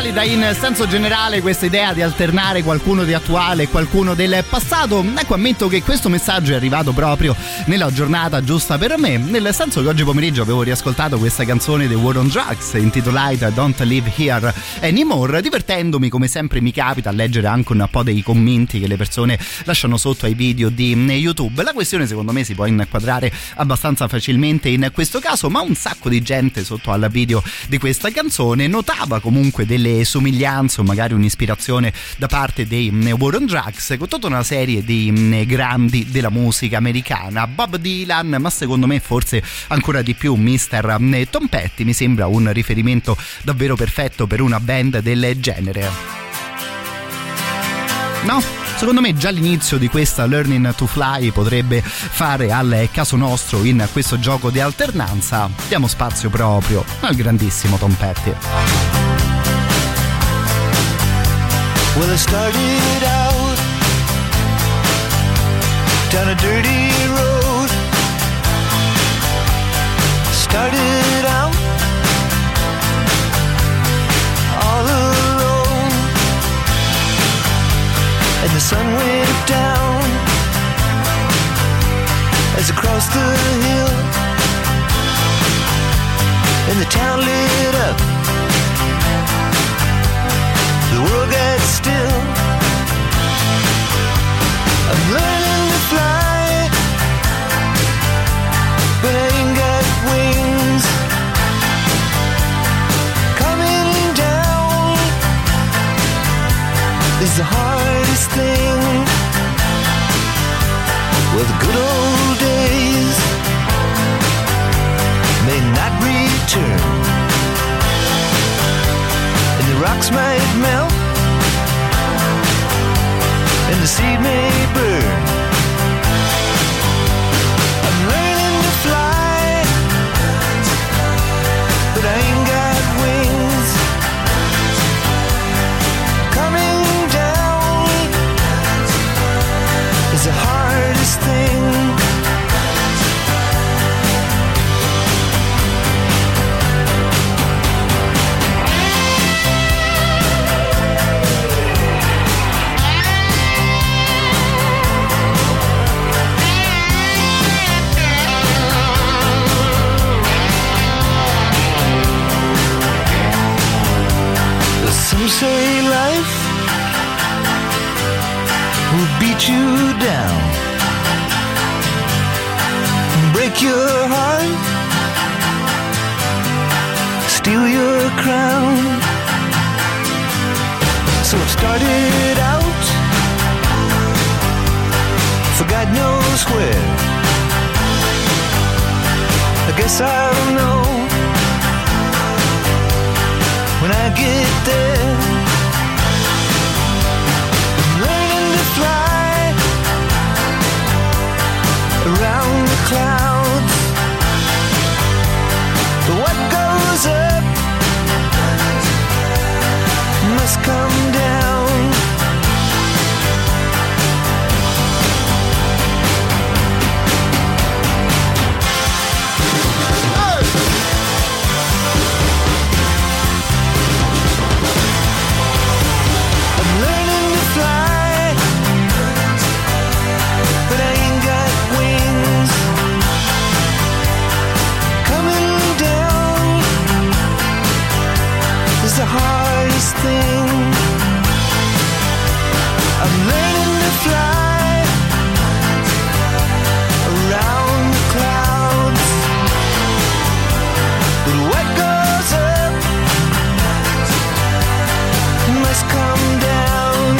valida in senso generale questa idea di alternare qualcuno di attuale e qualcuno del passato? Ecco, ammetto che questo messaggio è arrivato proprio nella giornata giusta per me, nel senso che oggi pomeriggio avevo riascoltato questa canzone dei War on Drugs intitolata Don't Live Here Anymore, divertendomi come sempre mi capita a leggere anche un po' dei commenti che le persone lasciano sotto ai video di YouTube. La questione secondo me si può inquadrare abbastanza facilmente in questo caso, ma un sacco di gente sotto al video di questa canzone notava comunque delle somiglianze o magari un'ispirazione da parte dei War on Drugs con tutta una serie di grandi della musica americana. Bob Dylan, ma secondo me forse ancora di più Mr. Tom Petty mi sembra un riferimento davvero perfetto per una band del genere. No? Secondo me già l'inizio di questa Learning to Fly potrebbe fare al caso nostro in questo gioco di alternanza. Diamo spazio proprio al grandissimo Tom Petty. Well, I started out down a dirty road. Started out all alone, and the sun went down as I crossed the hill, and the town lit up. The world got still. I'm learning to fly, but I ain't got wings. Coming down is the hardest thing. Well, the good old days may not return, and the rocks might melt, and the seed may burn. I'm learning to fly, but I ain't got wings. Coming down is the hardest thing. Some say life will beat you down, break your heart, steal your crown. So it started out for God knows where. I guess I'll know when I get there. I'm learning to fly around the clouds, but what goes up must come down. The hardest thing. I'm learning to fly around the clouds, but what goes up must come down.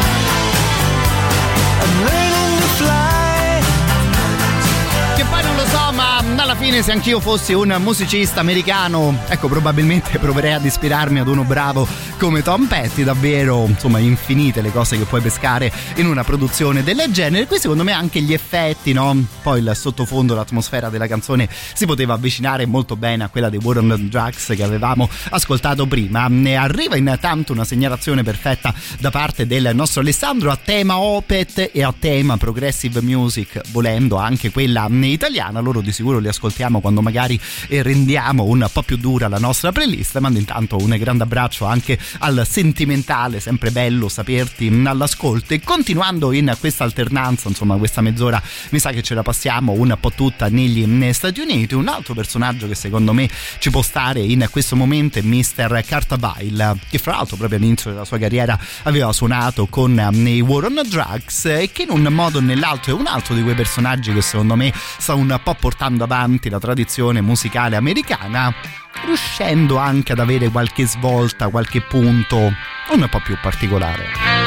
I'm learning to fly. Che poi non lo so, ma alla fine se anch'io fossi un musicista americano, ecco, probabilmente proverei ad ispirarmi ad uno bravo come Tom Petty. Davvero, insomma, infinite le cose che puoi pescare in una produzione del genere. Qui secondo me anche gli effetti, no? Poi il sottofondo, l'atmosfera della canzone si poteva avvicinare molto bene a quella dei War on Drugs che avevamo ascoltato prima. Ne arriva intanto una segnalazione perfetta da parte del nostro Alessandro a tema Opeth e a tema progressive music, volendo anche quella italiana. Loro di sicuro li ascolteranno ascoltiamo quando magari rendiamo un po' più dura la nostra playlist. Mando intanto un grande abbraccio anche al sentimentale, sempre bello saperti all'ascolto. E continuando in questa alternanza, insomma questa mezz'ora mi sa che ce la passiamo un po' tutta negli Stati Uniti. Un altro personaggio che secondo me ci può stare in questo momento è Mr. Kurt Weill, che fra l'altro proprio all'inizio della sua carriera aveva suonato con i War on Drugs, e che in un modo o nell'altro è un altro di quei personaggi che secondo me sta un po' portando avanti la tradizione musicale americana, riuscendo anche ad avere qualche svolta, qualche punto un po' più particolare.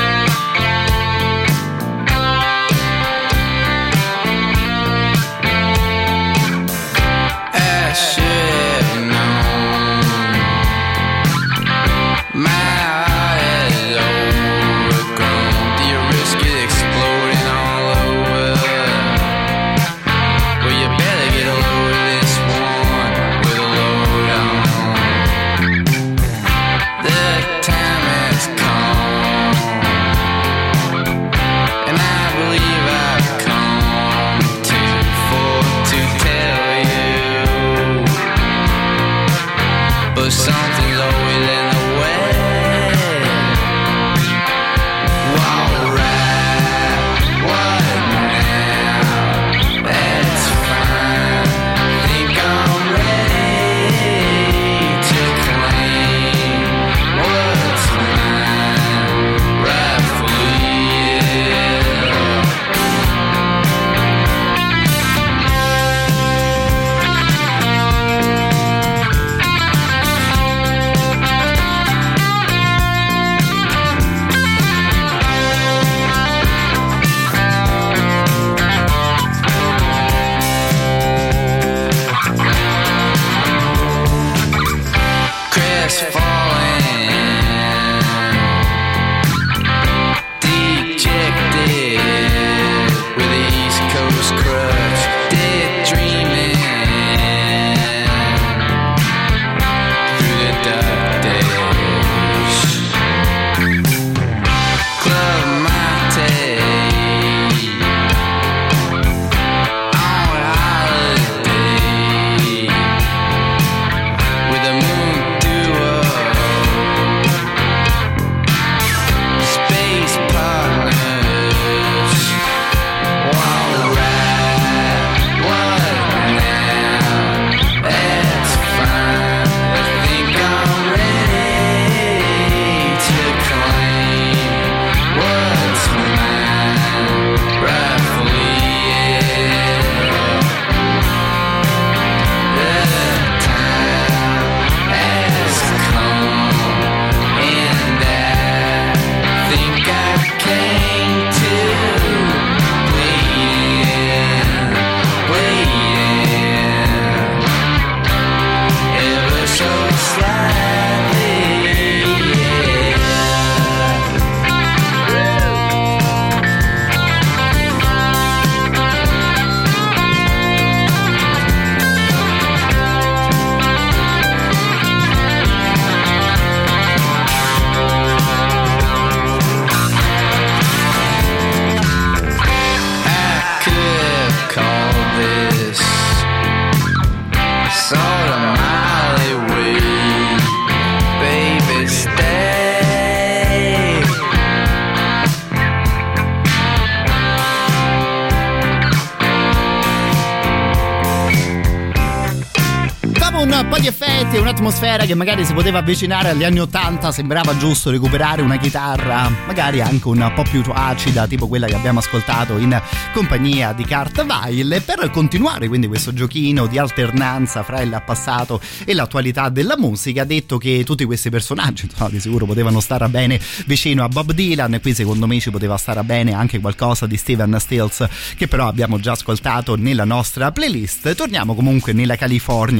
un po' di effetti e un'atmosfera che magari si poteva avvicinare agli anni 80, sembrava giusto recuperare una chitarra magari anche un po' più acida, tipo quella che abbiamo ascoltato in compagnia di Kurt Weill. E per continuare quindi questo giochino di alternanza fra il passato e l'attualità della musica, detto che tutti questi personaggi di sicuro potevano stare bene vicino a Bob Dylan, e qui secondo me ci poteva stare bene anche qualcosa di Stephen Stills, che però abbiamo già ascoltato nella nostra playlist. Torniamo comunque nella California a cavallo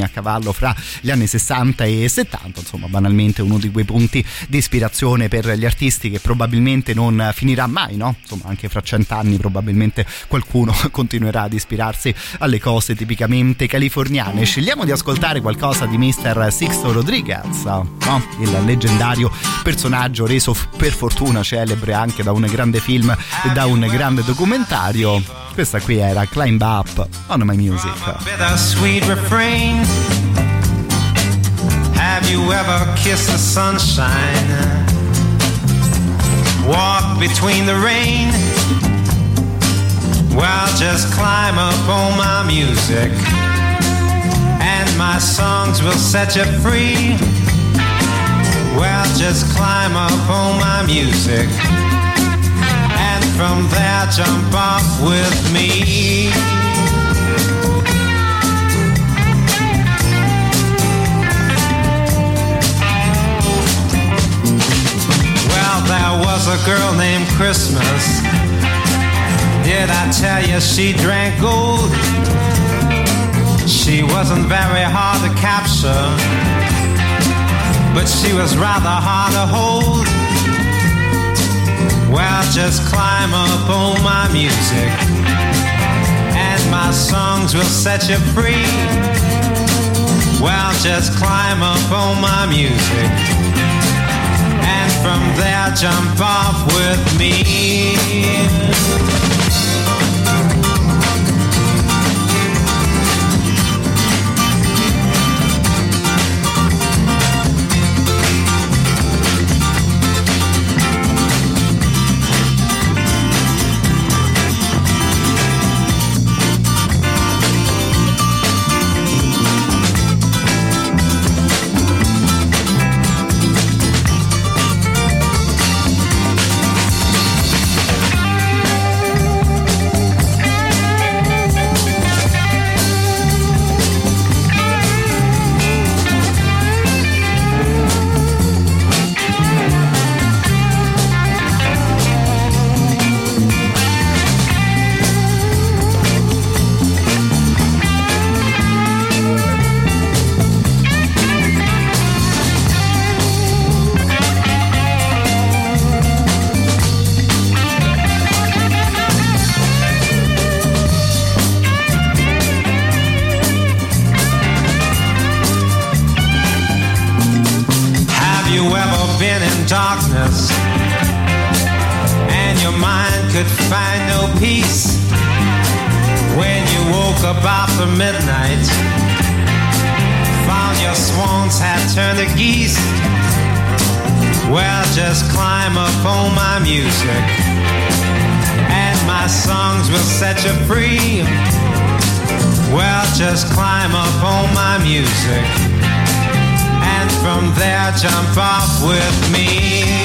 inserirlo fra gli anni 60 e 70, insomma banalmente uno di quei punti di ispirazione per gli artisti che probabilmente non finirà mai, no? Insomma anche fra 100 anni probabilmente qualcuno continuerà ad ispirarsi alle cose tipicamente californiane. Scegliamo di ascoltare qualcosa di Mr. Sixto Rodriguez, no? Il leggendario personaggio reso per fortuna celebre anche da un grande film e da un grande documentario. Questa qui era Climb Up on My Music. Bittersweet refrain. Have you ever kissed the sunshine? Walk between the rain. Well, just climb up on my music, and my songs will set you free. Well, just climb up on my music, and from there jump off with me. Well, there was a girl named Christmas. Did I tell you she drank gold? She wasn't very hard to capture, but she was rather hard to hold. Well, just climb up on my music, and my songs will set you free. Well, just climb up on my music, and from there jump off with me. Darkness, and your mind could find no peace when you woke up after midnight, found your swans had turned to geese. Well, just climb up on my music, and my songs will set you free. Well, just climb up on my music, and from there jump off with me.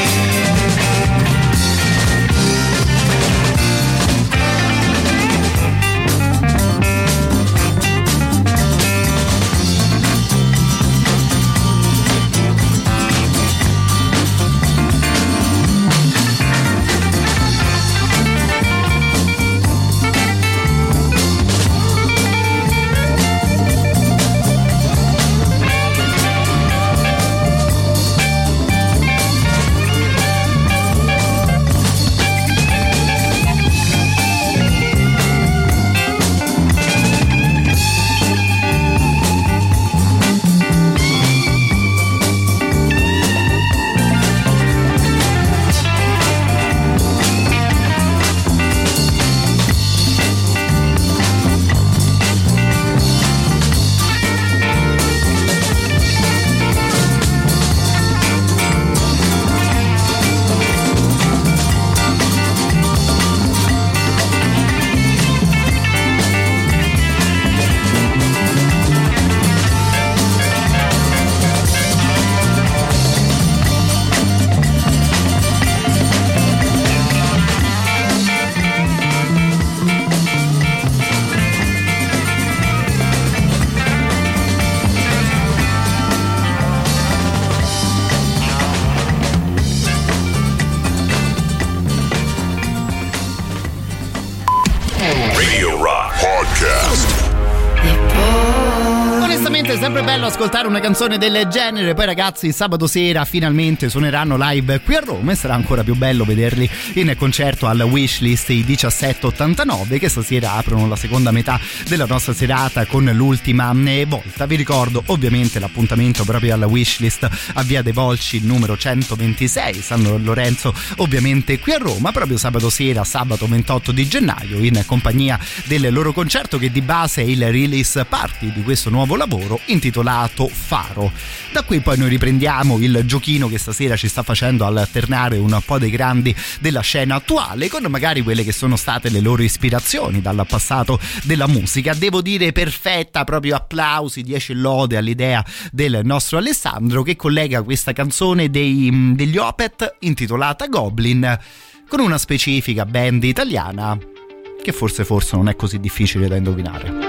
sempre bello ascoltare una canzone del genere. Poi ragazzi, sabato sera finalmente suoneranno live qui a Roma e sarà ancora più bello vederli in concerto al Wishlist i 1789, che stasera aprono la seconda metà della nostra serata con l'ultima volta. Vi ricordo ovviamente l'appuntamento proprio alla Wishlist a Via dei Volsci numero 126, San Lorenzo, ovviamente qui a Roma, proprio sabato sera, sabato 28 di gennaio, in compagnia del loro concerto che di base è il release party di questo nuovo lavoro intitolato Faro. Da qui poi noi riprendiamo il giochino che stasera ci sta facendo alternare un po' dei grandi della scena attuale con magari quelle che sono state le loro ispirazioni dal passato della musica. Devo dire perfetta, proprio applausi, 10 lode all'idea del nostro Alessandro, che collega questa canzone degli Opeth intitolata Goblin con una specifica band italiana che forse non è così difficile da indovinare.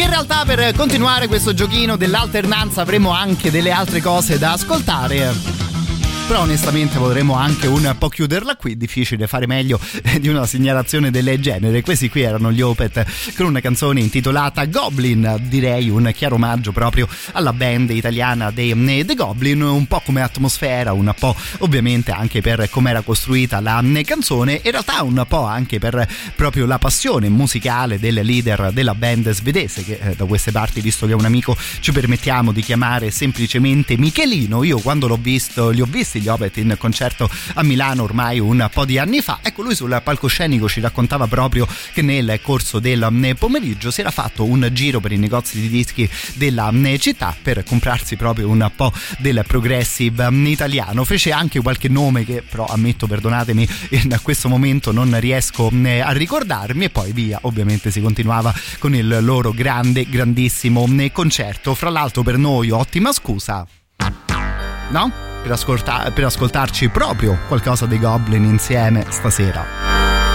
In realtà per continuare questo giochino dell'alternanza avremo anche delle altre cose da ascoltare, però onestamente potremmo anche un po' chiuderla qui, difficile fare meglio di una segnalazione del genere. Questi qui erano gli Opeth con una canzone intitolata Goblin, direi un chiaro omaggio proprio alla band italiana dei The Goblin, un po' come atmosfera, un po' ovviamente anche per come era costruita la canzone, in realtà un po' anche per proprio la passione musicale del leader della band svedese, che da queste parti, visto che è un amico, ci permettiamo di chiamare semplicemente Michelino. Io quando li ho visti gli Opeth in concerto a Milano ormai un po' di anni fa, ecco, lui sul palcoscenico ci raccontava proprio che nel corso del pomeriggio si era fatto un giro per i negozi di dischi della città per comprarsi proprio un po' del progressive italiano. Fece anche qualche nome che però, ammetto, perdonatemi, in questo momento non riesco a ricordarmi, e poi via, ovviamente si continuava con il loro grandissimo concerto. Fra l'altro per noi ottima scusa, no? Per ascoltarci proprio qualcosa dei Goblin insieme stasera.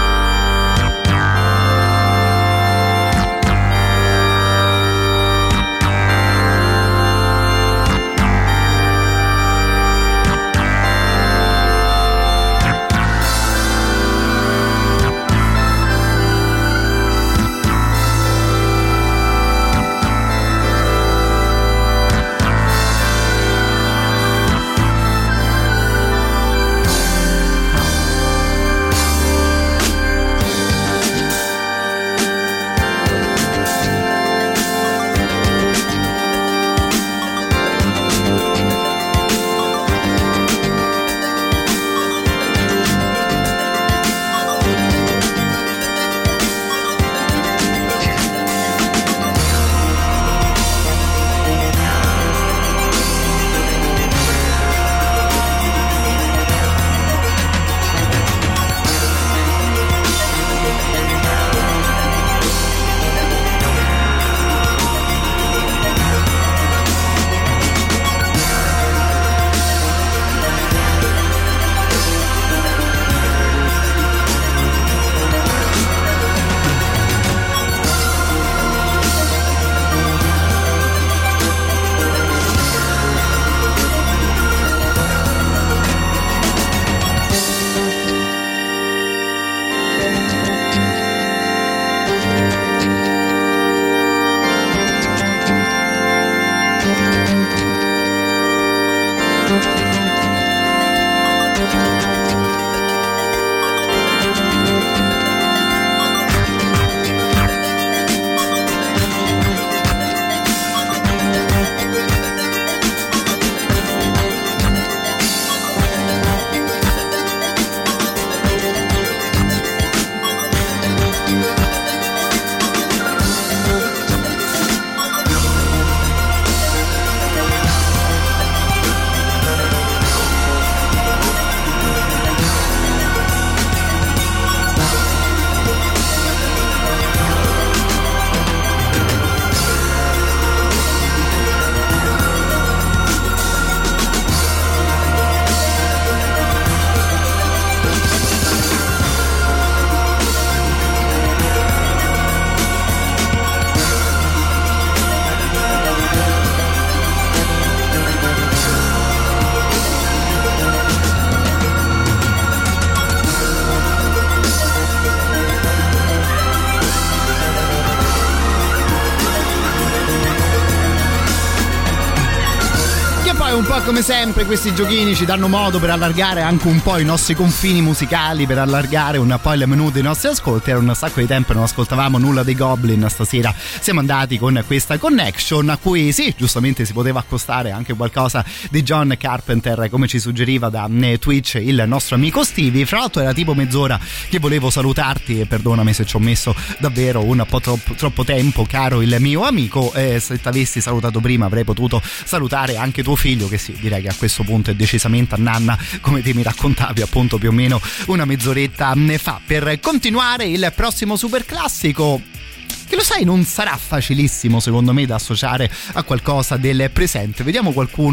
Un po' come sempre questi giochini ci danno modo per allargare anche un po' i nostri confini musicali, per allargare un po' il menù dei nostri ascolti. Era un sacco di tempo non ascoltavamo nulla dei Goblin, stasera siamo andati con questa connection a cui sì, giustamente si poteva accostare anche qualcosa di John Carpenter, come ci suggeriva da Twitch il nostro amico Stevie. Fra l'altro era tipo mezz'ora che volevo salutarti e perdonami se ci ho messo davvero un po' troppo tempo, caro il mio amico, se ti avessi salutato prima avrei potuto salutare anche tuo figlio, che sì, direi che a questo punto è decisamente a nanna, come te mi raccontavi appunto più o meno una mezz'oretta fa. Per continuare il prossimo super classico, che lo sai non sarà facilissimo secondo me da associare a qualcosa del presente. Vediamo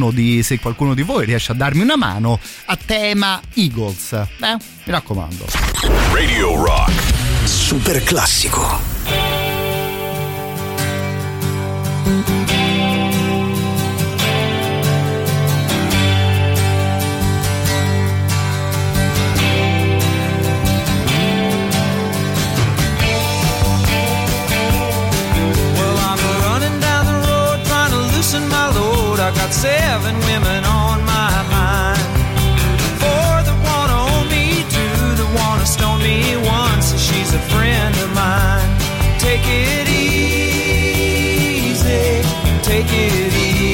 se qualcuno di voi riesce a darmi una mano, a tema Eagles, mi raccomando. Radio Rock super classico. got 7 women on my mind. 4 that wanna own me, 2 that wanna stone me, 1 says she's a friend of mine. Take it easy, take it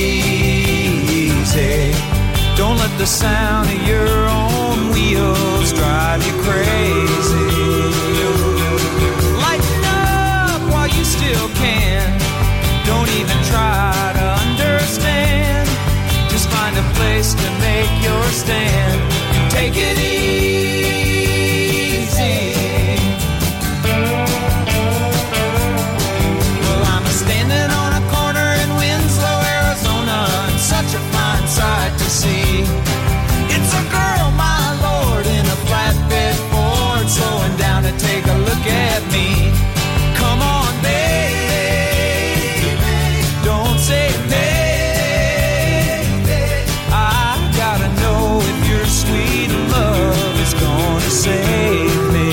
easy. Don't let the sound of your own wheels drive you crazy. Lighten up while you still can. Don't even try to understand. Just find a place to make your stand. Take it easy. Well, I'm standing on a corner in Winslow, Arizona, and such a fine sight to see. It's a girl, my lord, in a flatbed Ford, slowing down to take a look at me. Come on, baby, don't say baby. I gotta know if your sweet love is gonna save me.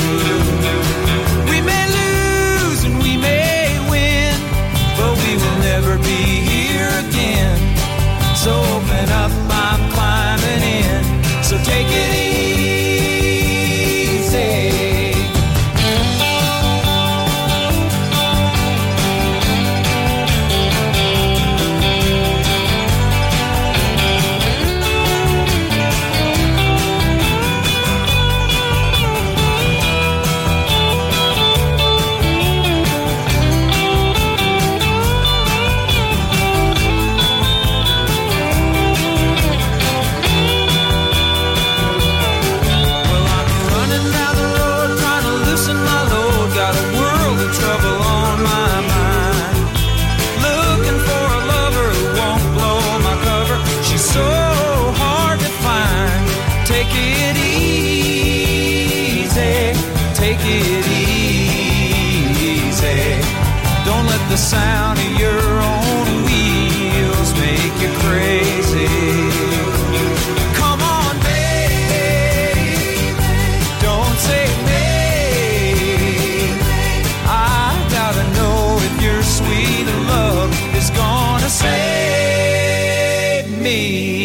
We may lose and we may win, but we will never be here again. So open up, I'm climbing in. So take it easy. The sound of your own wheels make you crazy. Come on, baby, don't say maybe. I gotta know if your sweet love is gonna save me.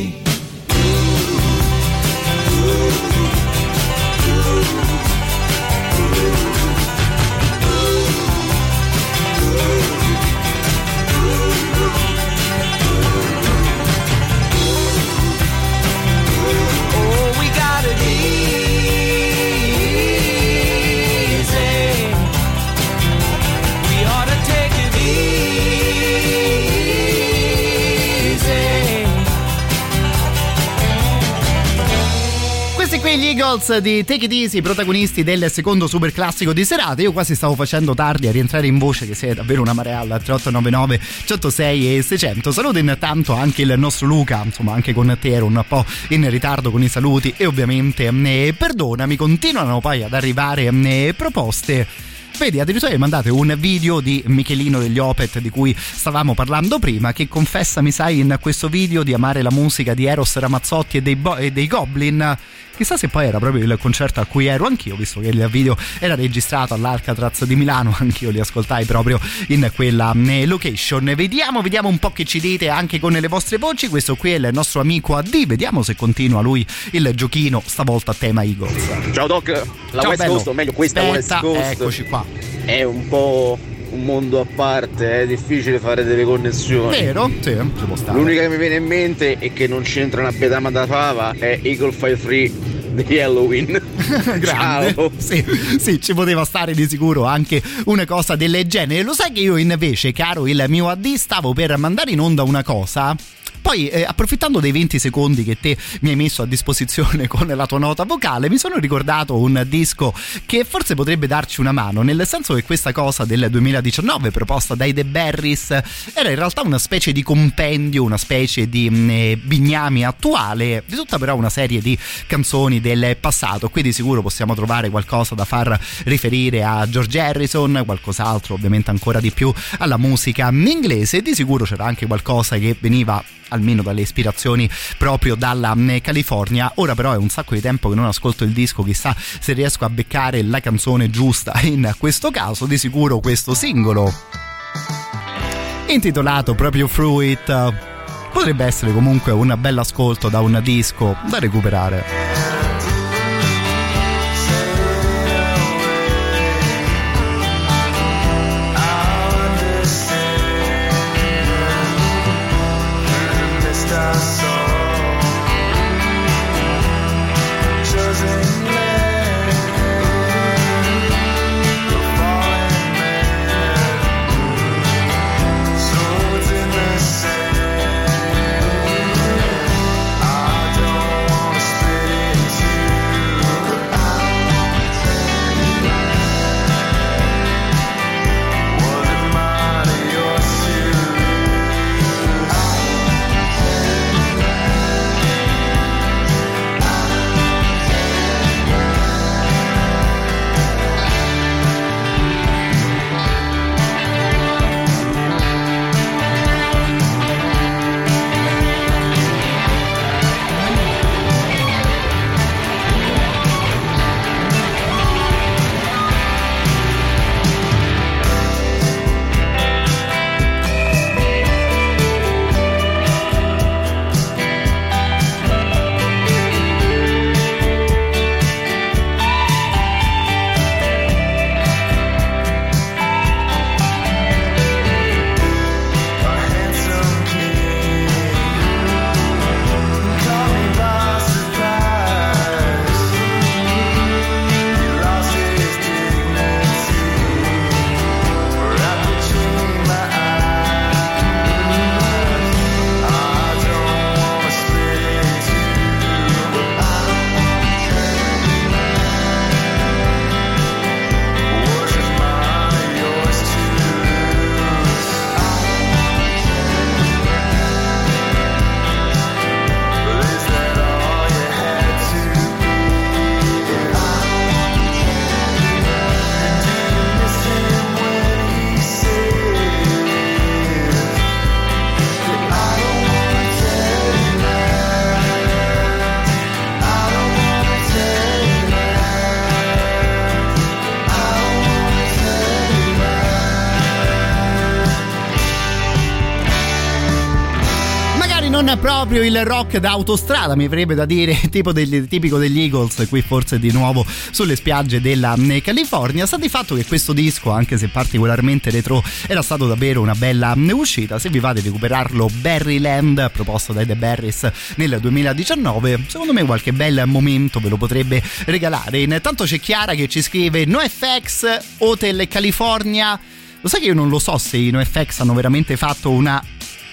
Gli Eagles di Take It Easy, protagonisti del secondo super classico di serata. Io quasi stavo facendo tardi a rientrare in voce, che sei davvero una marea, al 3899 106 e 600. Saluto intanto anche il nostro Luca, insomma anche con te ero un po' in ritardo con i saluti e ovviamente perdonami. Continuano poi ad arrivare proposte. Vedi, addirittura mi mandate un video di Michelino degli Opeth, di cui stavamo parlando prima, che confessa, mi sai, in questo video di amare la musica di Eros Ramazzotti e dei Goblin. Chissà se poi era proprio il concerto a cui ero anch'io, visto che il video era registrato all'Alcatraz di Milano, anch'io li ascoltai proprio in quella location. Vediamo un po' che ci dite anche con le vostre voci. Questo qui è il nostro amico AD, vediamo se continua lui il giochino, stavolta a tema Eagles. Ciao Doc, la West Coast, o meglio questa West Coast, eccoci qua, è un po' un mondo a parte, è difficile fare delle connessioni. Vero? Sì, ci può stare. L'unica che mi viene in mente e che non c'entra una pedama da fava è Eagle Fire Free di Halloween. Grande. Ciao. Sì, ci poteva stare di sicuro anche una cosa del genere. Lo sai che io invece, caro il mio AD, stavo per mandare in onda una cosa. Poi approfittando dei 20 secondi che te mi hai messo a disposizione con la tua nota vocale, mi sono ricordato un disco che forse potrebbe darci una mano, nel senso che questa cosa del 2019 proposta dai The Berries era in realtà una specie di compendio, una specie di bignami attuale di tutta però una serie di canzoni del passato. Qui di sicuro possiamo trovare qualcosa da far riferire a George Harrison, qualcos'altro ovviamente ancora di più alla musica inglese, e di sicuro c'era anche qualcosa che veniva almeno dalle ispirazioni proprio dalla California. Ora però è un sacco di tempo che non ascolto il disco, chissà se riesco a beccare la canzone giusta in questo caso. Di sicuro questo singolo intitolato proprio Fruit potrebbe essere comunque un bel ascolto da un disco da recuperare. Non proprio il rock da autostrada, mi verrebbe da dire, tipico degli Eagles, qui forse di nuovo sulle spiagge della California. Sta di fatto che questo disco, anche se particolarmente retro, era stato davvero una bella uscita. Se vi va di recuperarlo, Berryland, proposto dai The Berries nel 2019, secondo me qualche bel momento ve lo potrebbe regalare. Intanto c'è Chiara che ci scrive: NoFX, Hotel California. Lo sai che io non lo so se i NoFX hanno veramente fatto una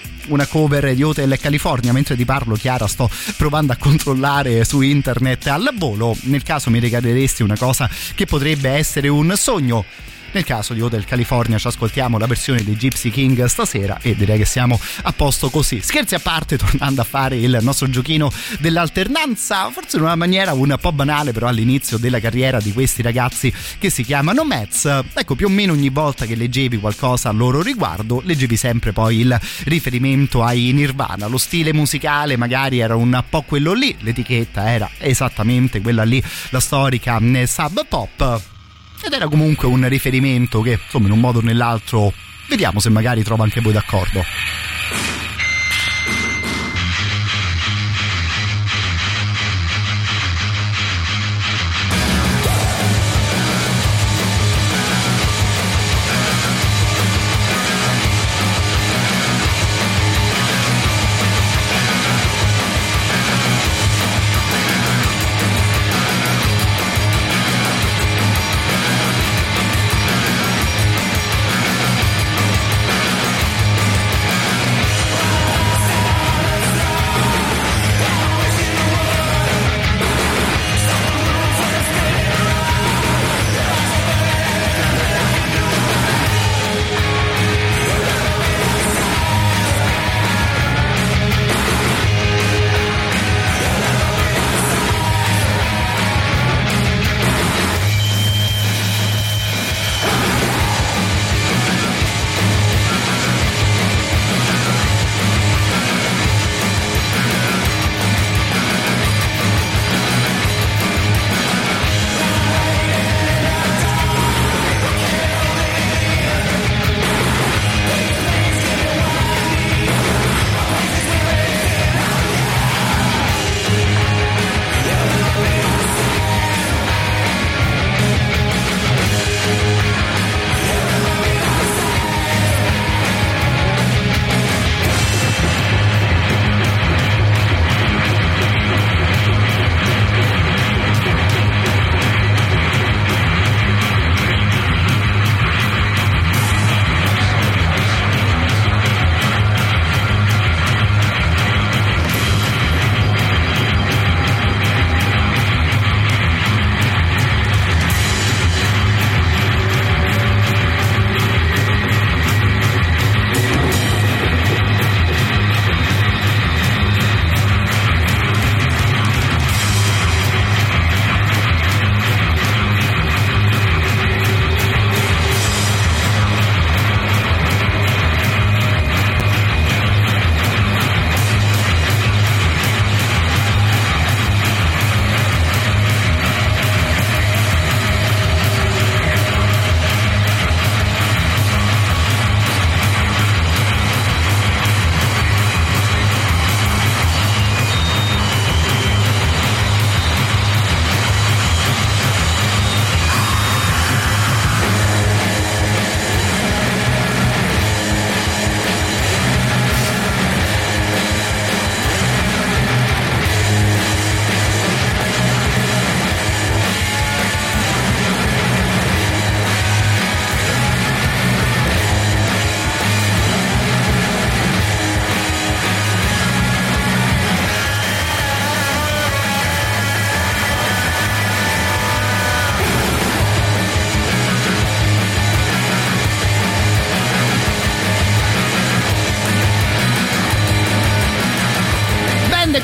cover di Hotel California. Mentre ti parlo, Chiara, sto provando a controllare su internet al volo. Nel caso mi regaleresti una cosa che potrebbe essere un sogno. Nel caso di Hotel California ci ascoltiamo la versione di Gypsy King stasera e direi che siamo a posto così. Scherzi a parte, tornando a fare il nostro giochino dell'alternanza, forse in una maniera un po' banale, però all'inizio della carriera di questi ragazzi che si chiamano Mets, ecco, più o meno ogni volta che leggevi qualcosa a loro riguardo, leggevi sempre poi il riferimento ai Nirvana. Lo stile musicale magari era un po' quello lì, l'etichetta era esattamente quella lì, la storica Sub Pop. Ed era comunque un riferimento che, insomma, in un modo o nell'altro, vediamo se magari trova anche voi d'accordo.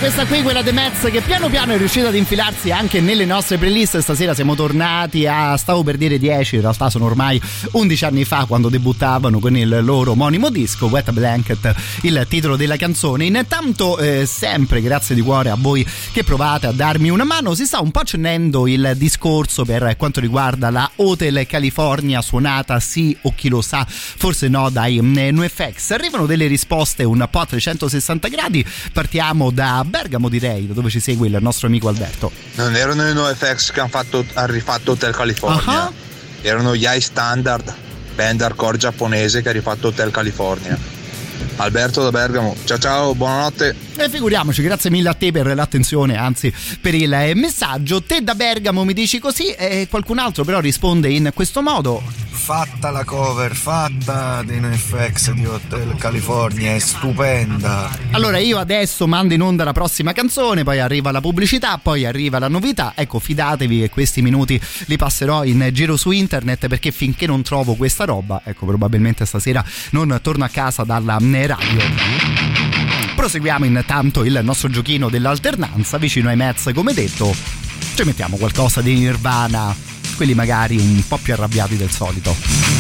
questa qui, quella The Mets, che piano piano è riuscita ad infilarsi anche nelle nostre playlist. Stasera siamo tornati a, stavo per dire 10, in realtà sono ormai 11 anni fa, quando debuttavano con il loro omonimo disco, Wet Blanket, il titolo della canzone. Intanto sempre grazie di cuore a voi che provate a darmi una mano. Si sta un po' accendendo il discorso per quanto riguarda la Hotel California, suonata sì o chi lo sa, forse no, dai NoFX. Arrivano delle risposte un po' a 360 gradi. Partiamo da Bergamo, direi, da dove ci segue il nostro amico Alberto. Non erano i NoFX che hanno rifatto Hotel California, erano gli High Standard, band hardcore giapponese che ha rifatto Hotel California. Alberto da Bergamo, ciao ciao, buonanotte. E figuriamoci, grazie mille a te per l'attenzione, anzi per il messaggio. Te da Bergamo mi dici così e qualcun altro però risponde in questo modo: fatta la cover, fatta dei NoFX di Hotel California, è stupenda. Allora io adesso mando in onda la prossima canzone, poi arriva la pubblicità, poi arriva la novità. Ecco, fidatevi che questi minuti li passerò in giro su internet, perché finché non trovo questa roba, ecco, probabilmente stasera non torno a casa dalla radio. Proseguiamo intanto il nostro giochino dell'alternanza. Vicino ai Mets, come detto, ci mettiamo qualcosa di Nirvana, quelli magari un po' più arrabbiati del solito.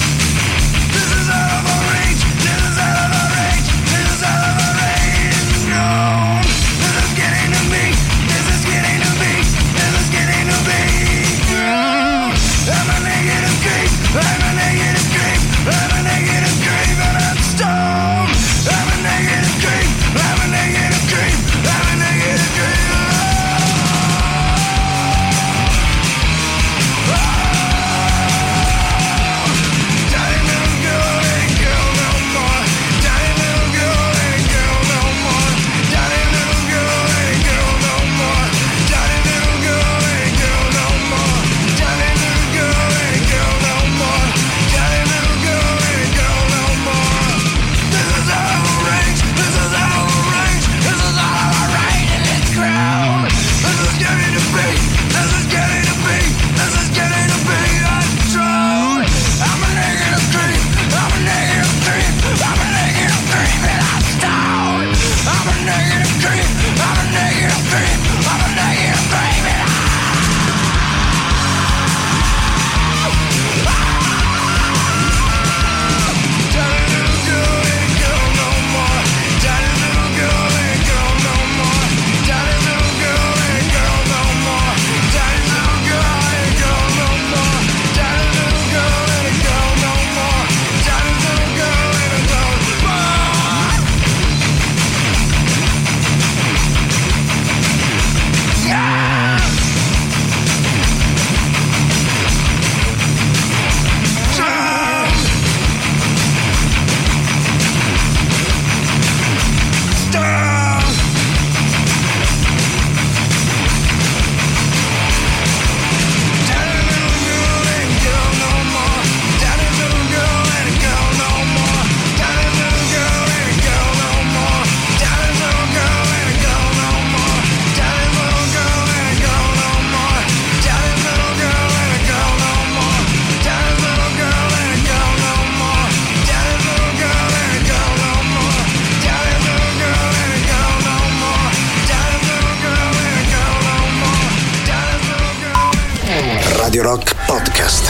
Radio Rock Podcast.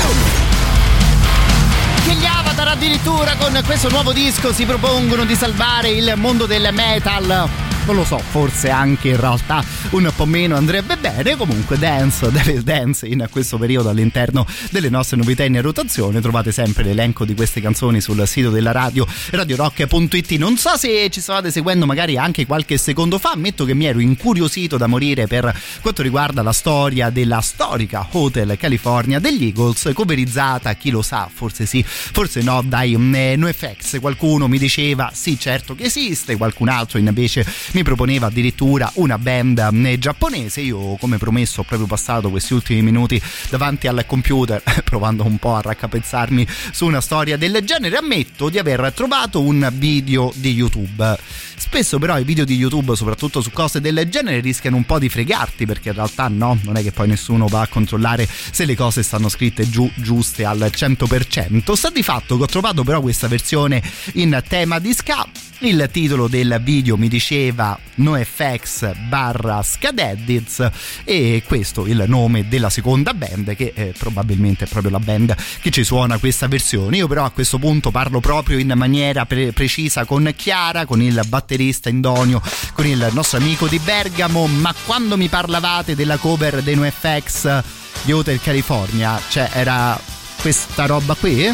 Che gli Avatar addirittura con questo nuovo disco si propongono di salvare il mondo del metal. Non lo so, forse anche in realtà un po' meno andrebbe bene. Comunque Dance, Devil Dance in questo periodo all'interno delle nostre novità in rotazione. Trovate sempre l'elenco di queste canzoni sul sito della radio, radiorock.it. Non so se ci stavate seguendo magari anche qualche secondo fa, ammetto che mi ero incuriosito da morire per quanto riguarda la storia della storica Hotel California degli Eagles, coverizzata, chi lo sa, forse sì, forse no, dai NoFX. Qualcuno mi diceva sì, certo che esiste, qualcun altro invece mi proponeva addirittura una band giapponese. Io, come promesso, ho proprio passato questi ultimi minuti davanti al computer provando un po' a raccapezzarmi su una storia del genere. Ammetto di aver trovato un video di YouTube. Spesso però i video di YouTube, soprattutto su cose del genere, rischiano un po' di fregarti, perché in realtà no, non è che poi nessuno va a controllare se le cose stanno scritte giuste al 100%. Sta di fatto che ho trovato però questa versione in tema di ska. Il titolo del video mi diceva NoFX / Skadeddits, e questo il nome della seconda band, che probabilmente è proprio la band che ci suona questa versione. Io però a questo punto parlo proprio in maniera precisa con Chiara, con il batterista Indonio, con il nostro amico di Bergamo. Ma quando mi parlavate della cover dei NoFX di Hotel California, cioè era questa roba qui?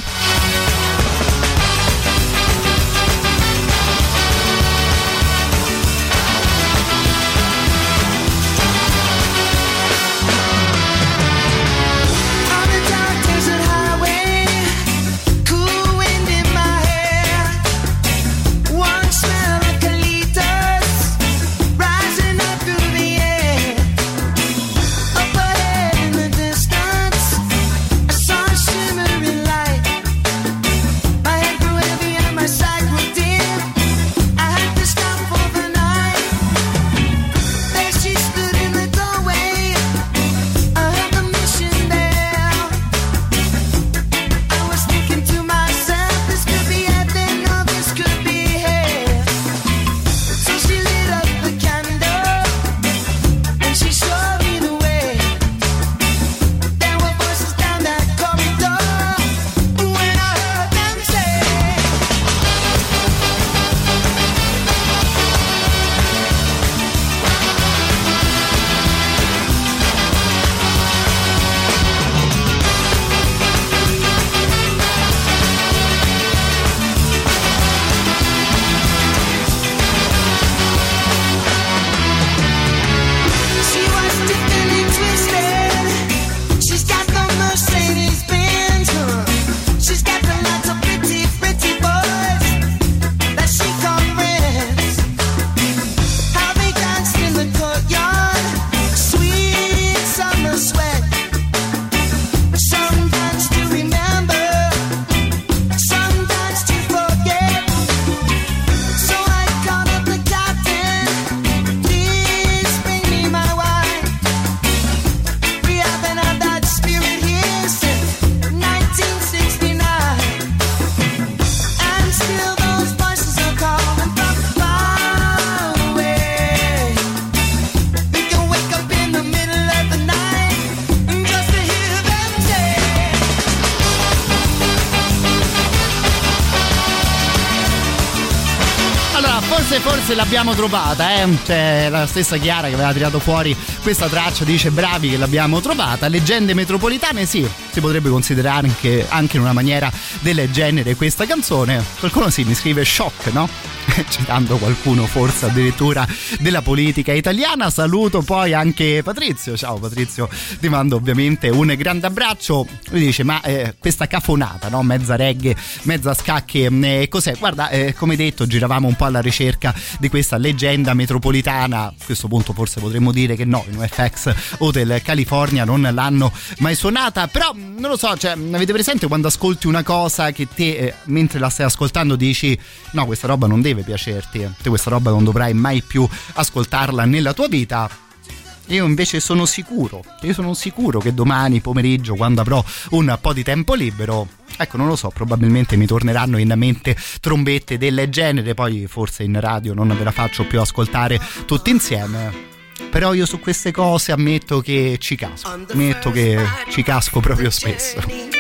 Forse l'abbiamo trovata, C'è la stessa Chiara che aveva tirato fuori questa traccia, dice bravi che l'abbiamo trovata. Leggende metropolitane, sì, si potrebbe considerare anche in una maniera del genere questa canzone. Qualcuno mi scrive shock, no? Citando qualcuno forse addirittura della politica italiana. Saluto poi anche Patrizio. Ciao Patrizio, ti mando ovviamente un grande abbraccio. Lui dice ma questa cafonata, no? Mezza reggae, mezza scacche, cos'è? Guarda, come detto, giravamo un po' alla ricerca di questa leggenda metropolitana. A questo punto forse potremmo dire che no, i NoFX Hotel California non l'hanno mai suonata, però non lo so, cioè, avete presente quando ascolti una cosa che te mentre la stai ascoltando dici no, questa roba non deve piacerti, te questa roba non dovrai mai più ascoltarla nella tua vita? Io invece sono sicuro che domani pomeriggio, quando avrò un po' di tempo libero, ecco, non lo so, probabilmente mi torneranno in mente trombette del genere. Poi forse in radio non ve la faccio più ascoltare tutti insieme, però io su queste cose ammetto che ci casco proprio spesso.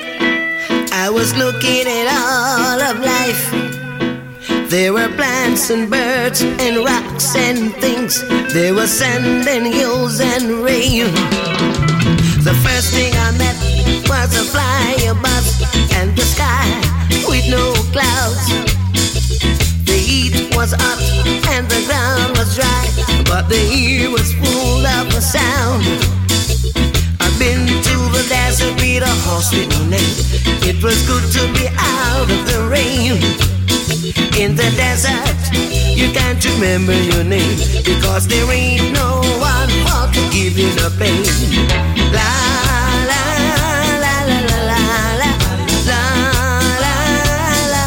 I was looking at all of life. There were plants and birds and rocks and things. There was sand and hills and rain. The first thing I met was a fly above and the sky with no clouds. The heat was hot and the ground was dry, but the air was full of a sound. I've been to the desert with a horse with no name. It was good to be out of the rain. In the desert, you can't remember your name, because there ain't no one for to give you the pain. La la la la la la la la la la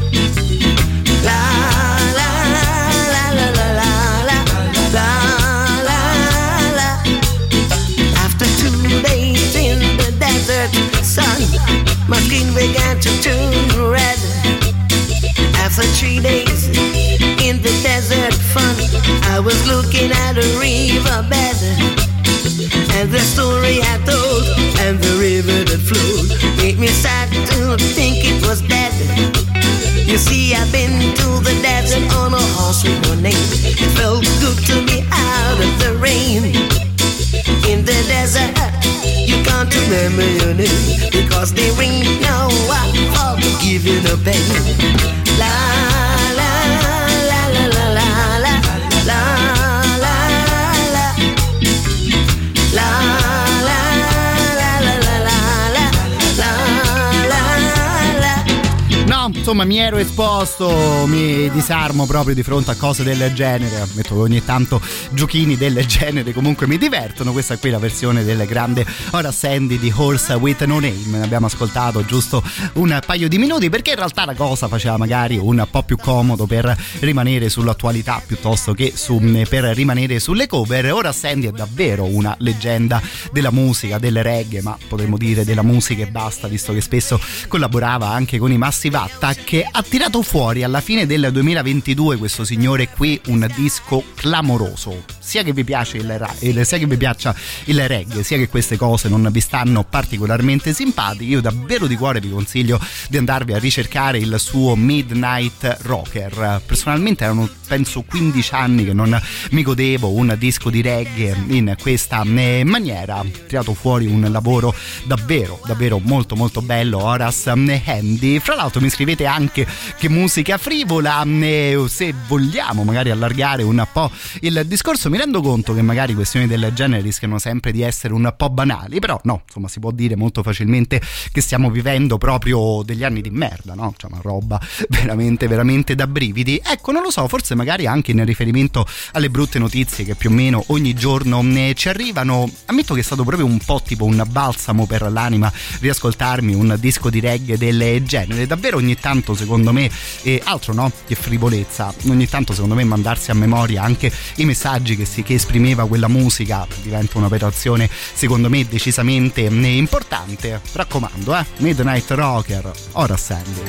la la la la la la la. After 2 days in the desert sun, my skin began to turn red. After 3 days story I told, and the river that flowed made me sad to think it was dead. You see, I've been to the desert on a horse with no name. It felt good to be out of the rain. In the desert, you can't remember your name, because there ain't no one for to give you the pain. La la la la la la la la. Insomma, mi ero esposto, mi disarmo proprio di fronte a cose del genere. Ammetto che ogni tanto giochini del genere comunque mi divertono. Questa qui è la versione del grande Horace Andy di Horse with No Name. Ne abbiamo ascoltato giusto un paio di minuti, perché in realtà la cosa faceva magari un po' più comodo per rimanere sull'attualità piuttosto che per rimanere sulle cover. Horace Andy è davvero una leggenda della musica, del reggae, ma potremmo dire della musica e basta, visto che spesso collaborava anche con i Massive Attack. Che ha tirato fuori alla fine del 2022 questo signore qui un disco clamoroso. Sia che vi piace sia che vi piaccia il reggae, sia che queste cose non vi stanno particolarmente simpatiche, io davvero di cuore vi consiglio di andarvi a ricercare il suo Midnight Rocker. Personalmente erano penso 15 anni che non mi godevo un disco di reggae in questa maniera. Ha tirato fuori un lavoro davvero davvero molto molto bello Horace Andy. Fra l'altro mi scrivete anche che musica frivola, se vogliamo magari allargare un po' il discorso. Mi rendo conto che magari questioni del genere rischiano sempre di essere un po' banali, però no, insomma si può dire molto facilmente che stiamo vivendo proprio degli anni di merda, no? Cioè una roba veramente veramente da brividi. Ecco, non lo so, forse magari anche in riferimento alle brutte notizie che più o meno ogni giorno ci arrivano. Ammetto che è stato proprio un po' tipo un balsamo per l'anima riascoltarmi un disco di reggae del genere. Davvero ogni tanto secondo me, altro no che frivolezza, ogni tanto secondo me mandarsi a memoria anche i messaggi che esprimeva quella musica diventa un'operazione secondo me decisamente importante. Raccomando, Midnight Rocker, Horace Andy.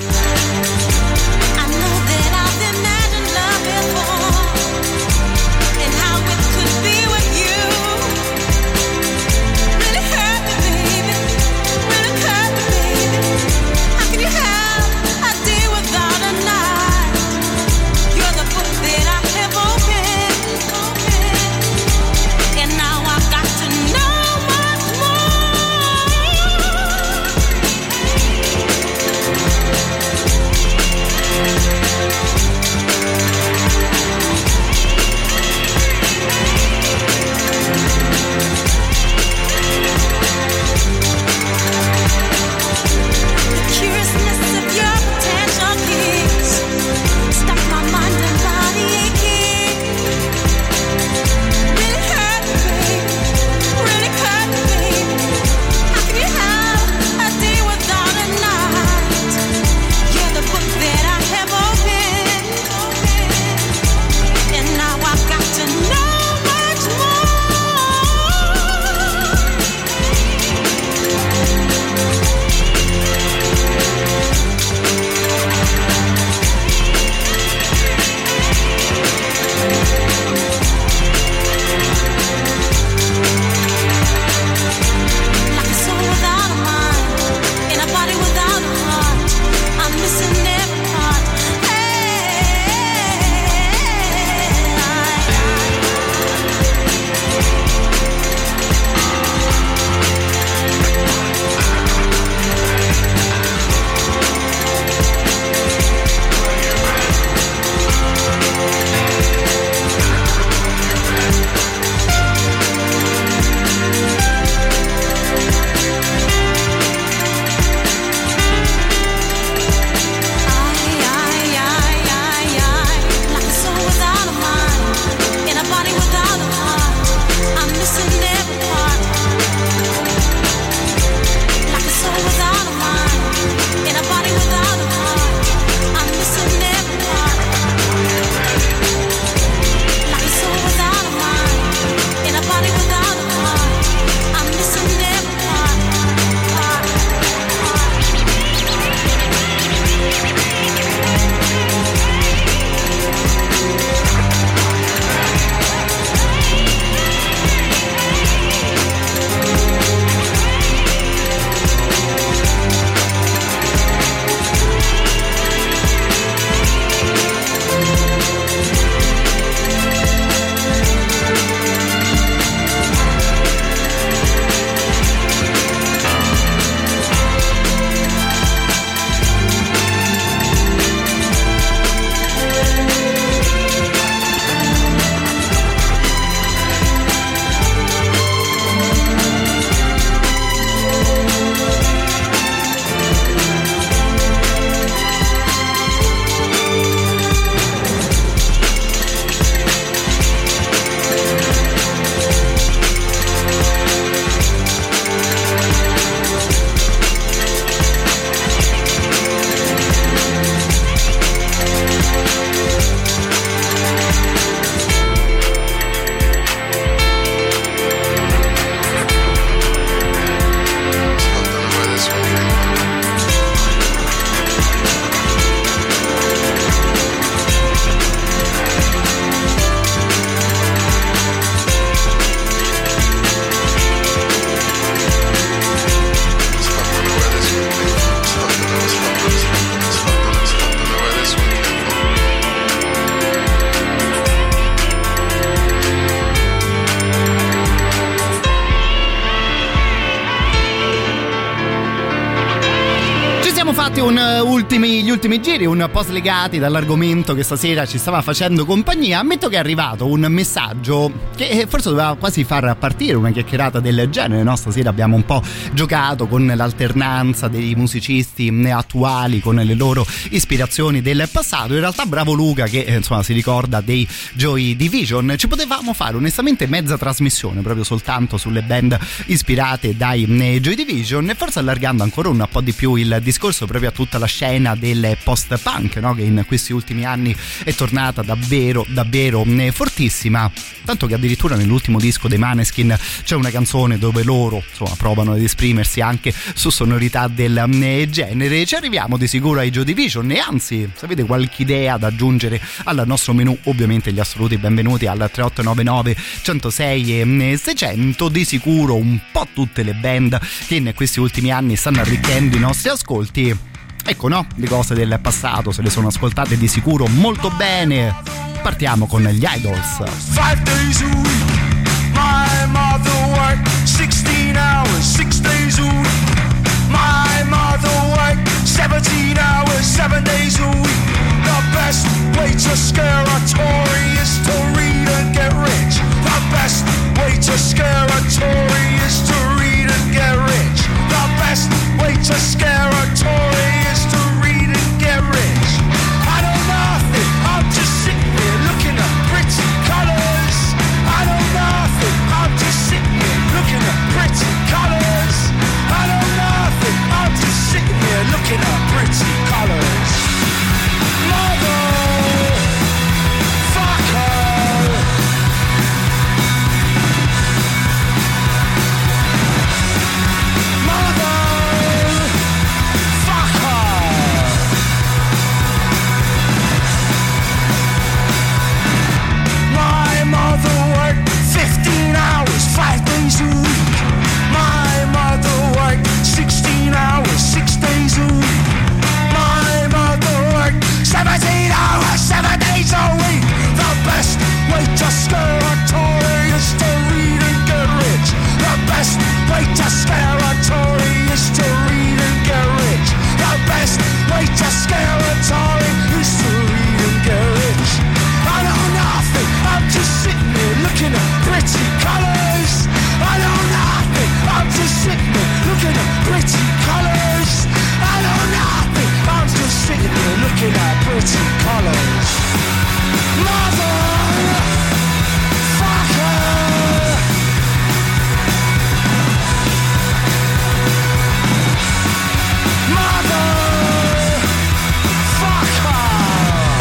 fatti gli ultimi giri, un po' slegati dall'argomento che stasera ci stava facendo compagnia. Ammetto che è arrivato un messaggio che forse doveva quasi far partire una chiacchierata del genere, no? Stasera abbiamo un po' giocato con l'alternanza dei musicisti attuali con le loro ispirazioni del passato. In realtà bravo Luca che insomma si ricorda dei Joy Division. Ci potevamo fare onestamente mezza trasmissione proprio soltanto sulle band ispirate dai Joy Division, e forse allargando ancora un po' di più il discorso proprio a tutta la scena del post-punk, no? Che in questi ultimi anni è tornata davvero fortissima, tanto che addirittura nell'ultimo disco dei Maneskin c'è una canzone dove loro insomma provano ad esprimersi anche su sonorità del genere. Ci arriviamo di sicuro ai Joy Division, e anzi se avete qualche idea da aggiungere al nostro menù, ovviamente gli assoluti benvenuti al 3899 106 e 600. Di sicuro un po' tutte le band che in questi ultimi anni stanno arricchendo i nostri ascolti, ecco, no, le cose del passato se le sono ascoltate di sicuro molto bene. Partiamo con gli Idols. 5 days a week, my mother worked 16 hours, 6 days a week. My mother worked 17 hours, 7 days a week. The best way to scare a Tory is to read and get rich. The best way to scare a Tory is to read and get rich. The best way to scare a Tory is to read and get rich. I know nothing, I'm just sitting here looking at pretty colours. I know nothing, I'm just sitting here looking at pretty colours. I know nothing, I'm just sitting here looking at pretty colours. Mother, fuck her. Mother, fuck her. My mother worked 15 hours, 5 days a week. My mother worked 16 hours, 6 days a week. My mother worked 17 hours, 7 days a week. The best way to scare a Tory is to read and get rich. The best way to scare a Tory is to read and get rich. The best way to scare a Tory is to read and get rich. I know nothing, I'm just sitting here looking at pretty colours. I know nothing, I'm just sitting here looking at pretty colours. I know nothing, I'm just sitting here looking at pretty colours. Mother, fuck her. Mother, fuck her.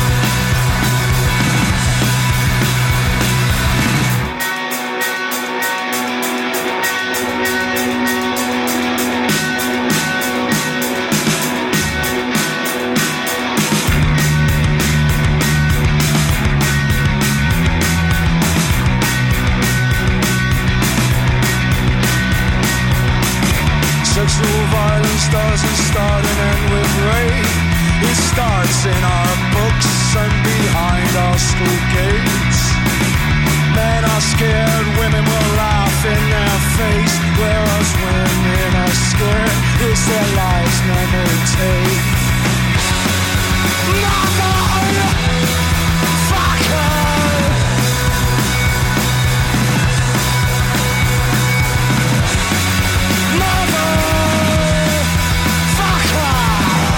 Sexual violence doesn't start and end with rape. It starts in our books and behind our school gates. Men are scared, women will laugh in their face, whereas women are scared, it's their lives men will take. Mother, fuck her. Mother, fuck her.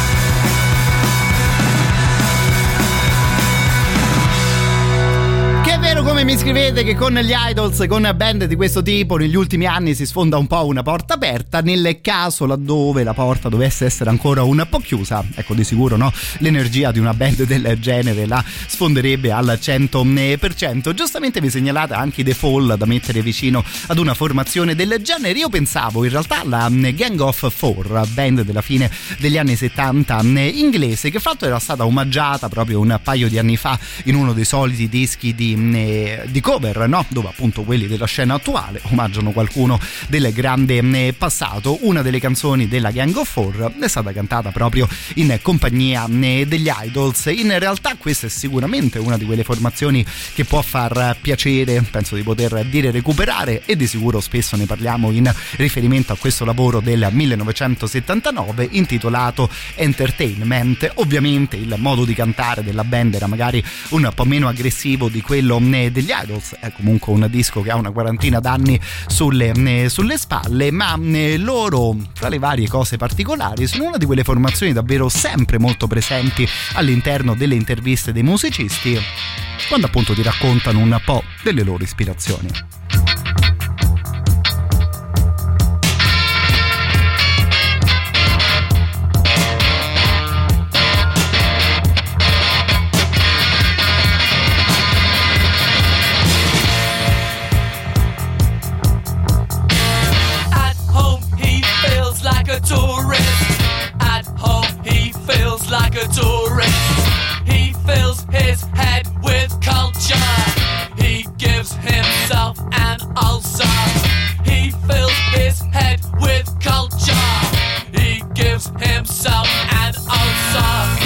Che è vero come mi scrivete che con gli Idols, con band di questo tipo negli ultimi anni si sfonda un po' una porta aperta. Nel caso laddove la porta dovesse essere ancora un po' chiusa, ecco, di sicuro no, l'energia di una band del genere la sfonderebbe al 100%. Giustamente vi segnalate anche i The Fall da mettere vicino ad una formazione del genere. Io pensavo in realtà alla Gang of Four, band della fine degli anni 70 inglese, che fra l'altro era stata omaggiata proprio un paio di anni fa in uno dei soliti dischi di di cover, no? Dove appunto quelli della scena attuale omaggiano qualcuno del grande passato. Una delle canzoni della Gang of Four è stata cantata proprio in compagnia degli Idols. In realtà questa è sicuramente una di quelle formazioni che può far piacere, penso di poter dire recuperare, e di sicuro spesso ne parliamo in riferimento a questo lavoro del 1979 intitolato Entertainment. Ovviamente il modo di cantare della band era magari un po' meno aggressivo di quello degli Idols, è comunque un disco che ha una quarantina d'anni sulle spalle, ma loro, tra le varie cose particolari, sono una di quelle formazioni davvero sempre molto presenti all'interno delle interviste dei musicisti, quando appunto ti raccontano un po' delle loro ispirazioni. Like a tourist, he fills his head with culture. He gives himself an ulcer. He fills his head with culture. He gives himself an ulcer.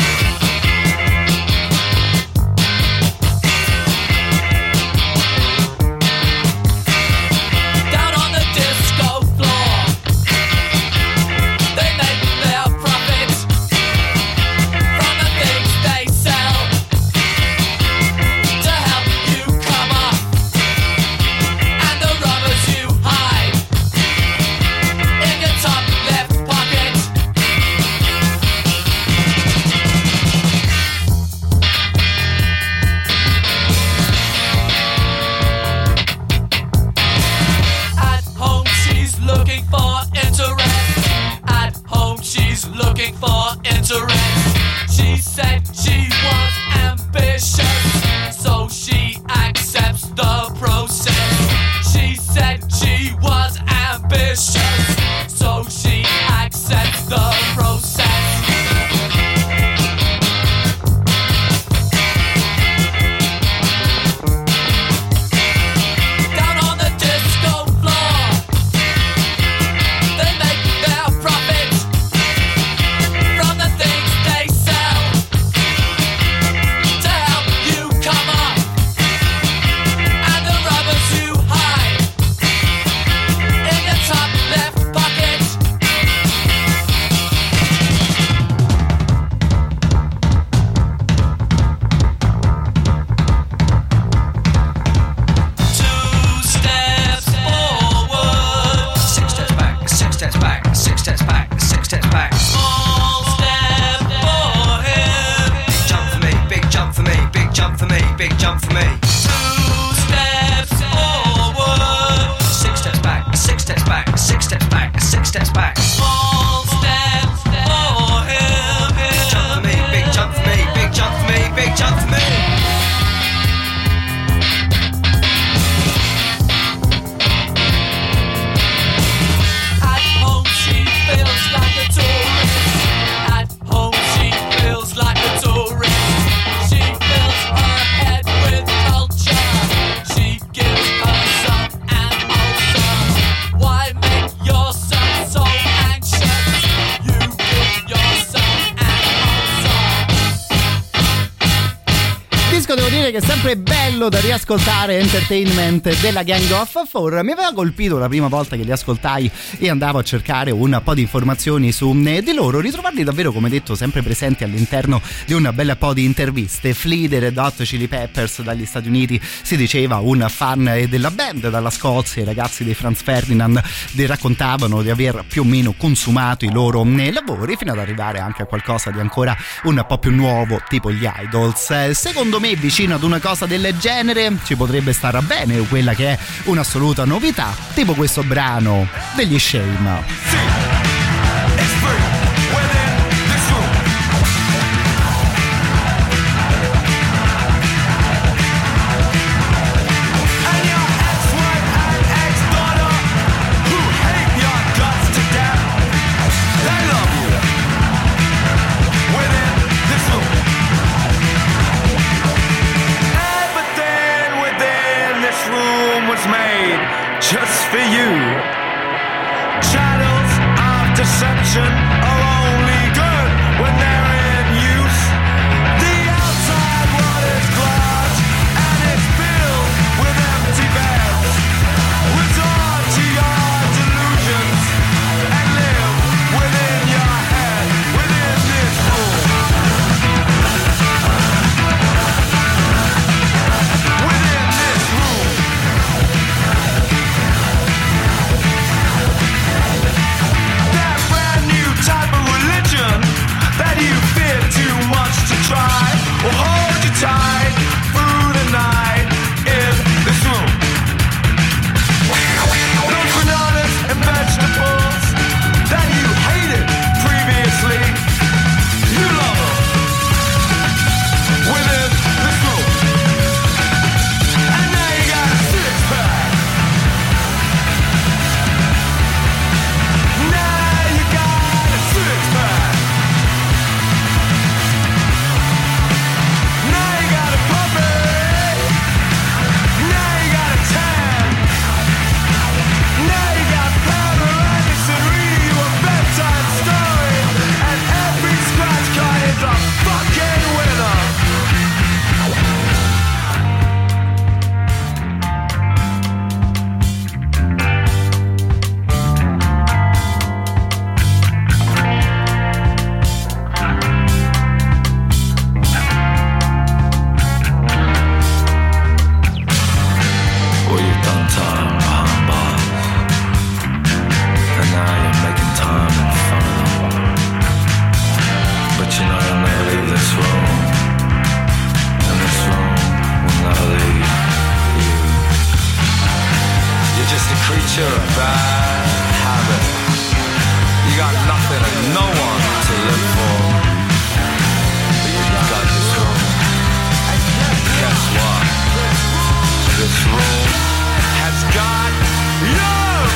Looking for interest. She said she was ambitious, so she accepts the process. She said she was ambitious, so she accepts the process. Big jump for me. 2 steps forward. 6 steps back. 6 steps back. 6 steps back. 6 steps back. Small steps for him. Big jump for me. Big jump for me. Big jump for me. Big jump for me. At home she feels like a tourist. At home she feels like a tourist. Devo dire che è sempre bello da riascoltare Entertainment della Gang of Four. Mi aveva colpito la prima volta che li ascoltai e andavo a cercare un po' di informazioni su di loro, ritrovarli davvero, come detto, sempre presenti all'interno di un bel po' di interviste. Flea, Red Hot Chili Peppers dagli Stati Uniti, si diceva un fan della band. Dalla Scozia i ragazzi dei Franz Ferdinand raccontavano di aver più o meno consumato i loro lavori, fino ad arrivare anche a qualcosa di ancora un po' più nuovo, tipo gli Idols. Secondo me vicino ad una cosa del genere ci potrebbe stare bene quella che è un'assoluta novità, tipo questo brano degli Shame. Everything within just for you. Channels of deception are only good when they're in use. The outside world is glass and it's filled with empty beds. Resort to your delusions and live within your head, within this room. Within this room. That brand new type of religion that you fear too much to try will hold you tight through the night in this room. Those bananas and vegetables that you hated previously, you love them within this room. And now you got a six-pack. Now you got a six-pack. Now you got a puppy. Now you got a tan. Now you got powder ice and read you a bedtime story. And every scratch card is a fucking winner. Well, you've done time behind bars, and now you're making time in front of them. But you know you'll never leave this room, and this room will never leave you. You're just a creature of bad habit. You got nothing and no one to live for. But you've got this room. Guess what? This room has got you!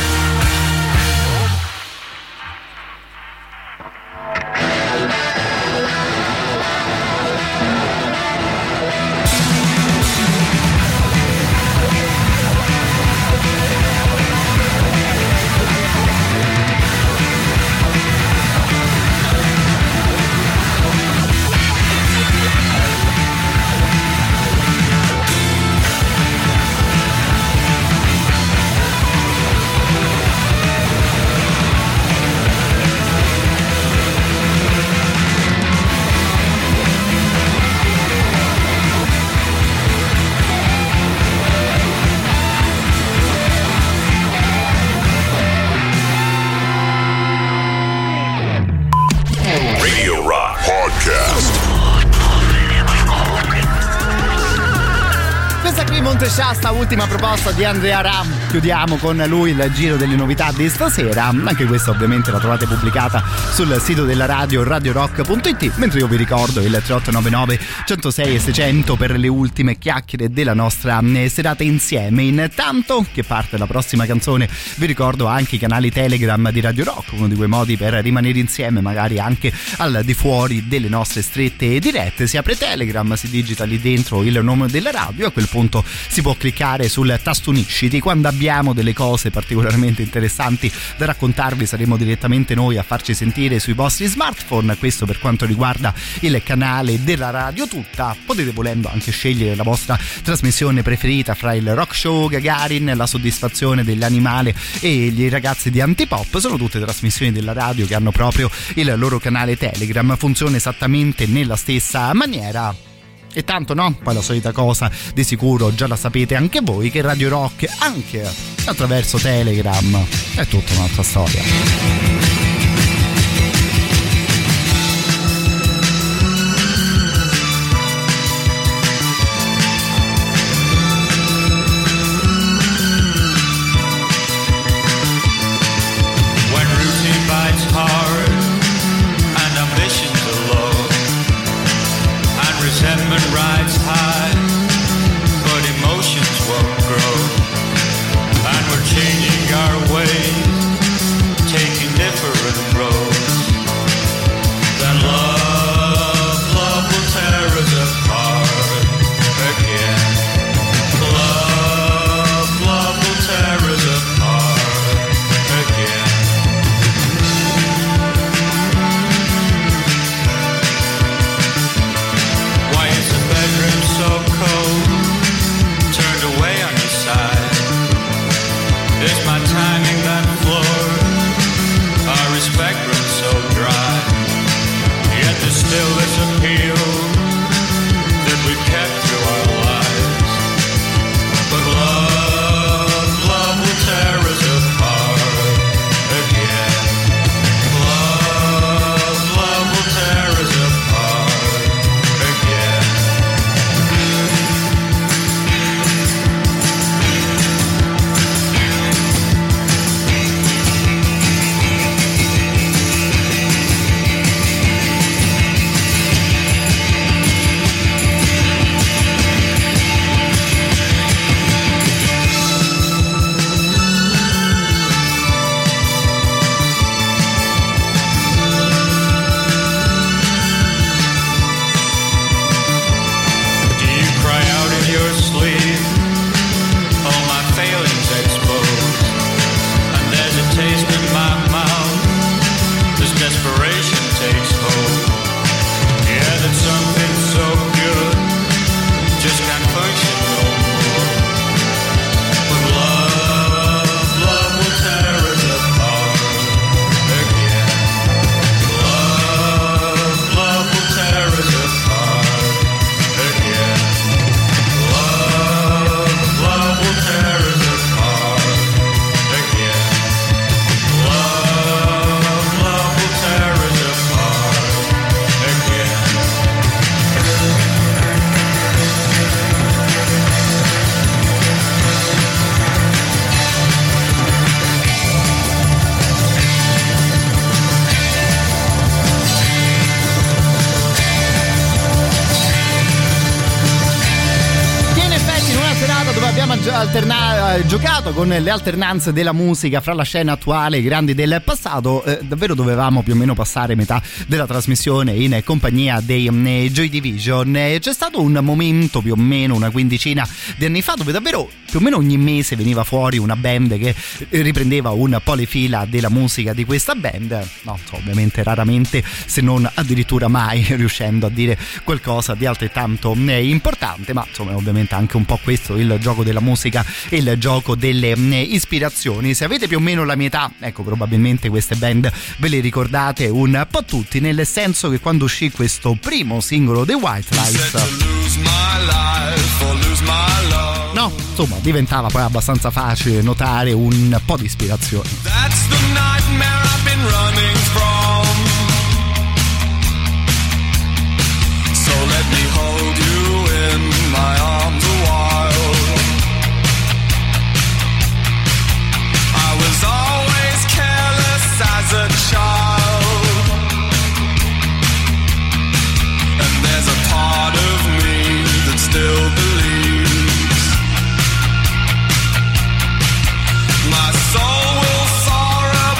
Radio Rock Podcast. Questa qui Monte Shasta, ultima proposta di Andrea Ram. Chiudiamo con lui il giro delle novità di stasera. Anche questa ovviamente la trovate pubblicata sul sito della radio radiorock.it, mentre io vi ricordo il 3899 106 e 600 per le ultime chiacchiere della nostra serata insieme. Intanto che parte la prossima canzone vi ricordo anche i canali Telegram di Radio Rock, uno di quei modi per rimanere insieme magari anche al di fuori delle nostre strette dirette. Si apre Telegram, si digita lì dentro il nome della radio, a quel punto si può cliccare sul tasto unisciti. Quando abbiamo delle cose particolarmente interessanti da raccontarvi saremo direttamente noi a farci sentire sui vostri smartphone. Questo per quanto riguarda il canale della radio tutta. Potete volendo anche scegliere la vostra trasmissione preferita fra il Rock Show, Gagarin, La soddisfazione dell'animale e i ragazzi di Antipop. Sono tutte trasmissioni della radio che hanno proprio il loro canale Telegram. Funziona esattamente nella stessa maniera. E tanto no, poi la solita cosa di sicuro già la sapete anche voi, che Radio Rock anche attraverso Telegram è tutta un'altra storia. When routine bites hard and ambitions are low, resentment rides high, but emotions won't grow. And we're changing our ways, taking different roads. Then love will tear us apart again. Love will tear us apart. Giocato con le alternanze della musica fra la scena attuale e i grandi del passato, davvero dovevamo più o meno passare metà della trasmissione in compagnia dei Joy Division. C'è stato un momento più o meno una quindicina di anni fa dove davvero più o meno ogni mese veniva fuori una band che riprendeva un po' le fila della musica di questa band, no, ovviamente raramente, se non addirittura mai, riuscendo a dire qualcosa di altrettanto importante, ma insomma ovviamente anche un po' questo il gioco della musica e il gioco delle ispirazioni. Se avete più o meno la mia età, ecco, probabilmente queste band ve le ricordate un po' tutti, nel senso che quando uscì questo primo singolo dei White Lies, no, insomma diventava poi abbastanza facile notare un po' di ispirazione. That's the nightmare I've been running from. So let me hold you in my arms a while. I was always careless as a child, and there's a part of me that still believes my soul will soar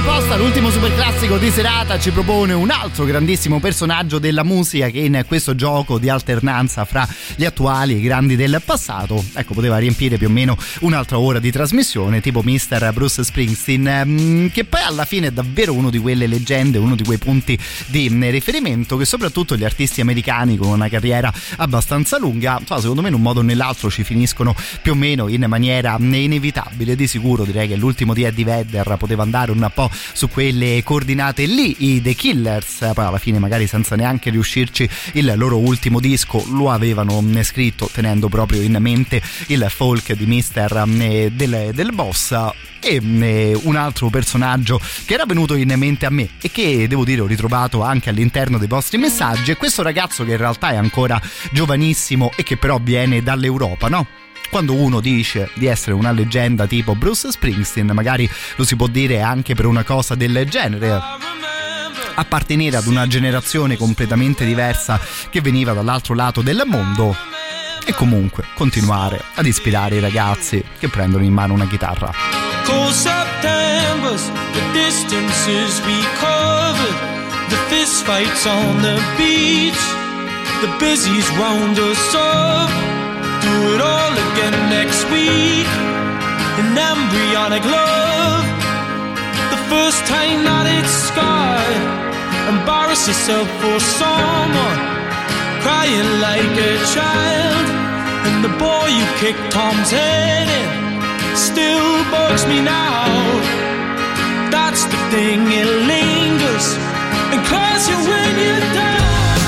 apposta, l'ultimo super classico di serata ci propone un altro grandissimo personaggio della musica che in questo gioco di alternanza fra gli attuali e i grandi del passato, ecco, poteva riempire più o meno un'altra ora di trasmissione, tipo Mr. Bruce Springsteen, che poi alla fine è davvero uno di quelle leggende, uno di quei punti di riferimento che soprattutto gli artisti americani con una carriera abbastanza lunga, secondo me in un modo o nell'altro ci finiscono più o meno in maniera inevitabile. Di sicuro direi che l'ultimo di Eddie Vedder poteva andare un po' su quelle coordinate lì, i The Killers poi alla fine magari senza neanche riuscirci il loro ultimo disco lo avevano scritto tenendo proprio in mente il folk di Mister del Boss. E un altro personaggio che era venuto in mente a me e che devo dire ho ritrovato anche all'interno dei vostri messaggi è questo ragazzo che in realtà è ancora giovanissimo e che però viene dall'Europa, no? Quando uno dice di essere una leggenda tipo Bruce Springsteen, magari lo si può dire anche per una cosa del genere, appartenere ad una generazione completamente diversa che veniva dall'altro lato del mondo e comunque continuare ad ispirare i ragazzi che prendono in mano una chitarra. Cold Septembers, the distances we covered, the fist fights on the beach, the busies round us up. Do it all again next week. An embryonic love. The first time that it's scarred. Embarrass yourself for someone. Crying like a child. And the boy you kicked Tom's head in still bugs me now. That's the thing, it lingers and claws you when you're down.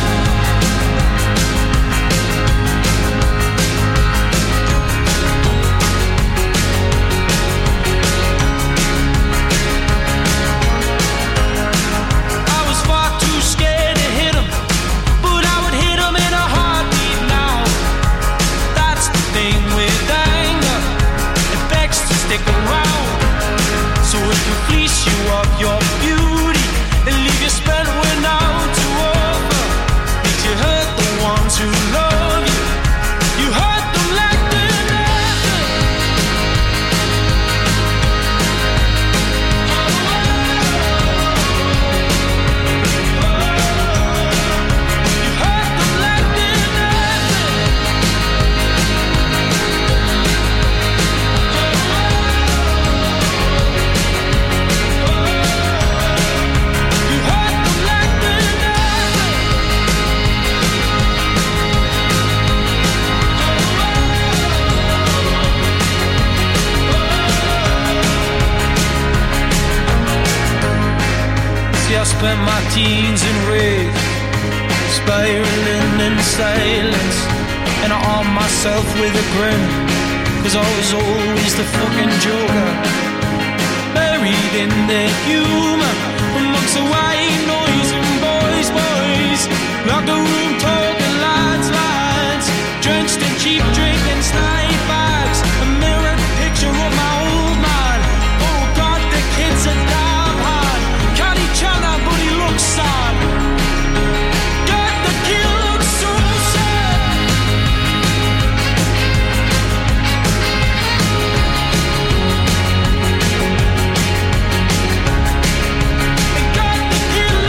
So it can fleece you of your beauty and leave you spent with now to offer. Did you hurt the ones who love you? You hurt them like they're nothing. You hurt them like they're nothing. I spent my teens in rage, spiraling in silence, and I armed myself with a grin, 'cause I was always the fucking joker, buried in their humor, amongst the white noise and boys, locked the room talking lights, drenched in cheap drink and snipe bags, a mirrored picture of my old man. Oh God, the kids are damn hard. Chana, but he looks sad. God, the kid looks so sad. And God, the kid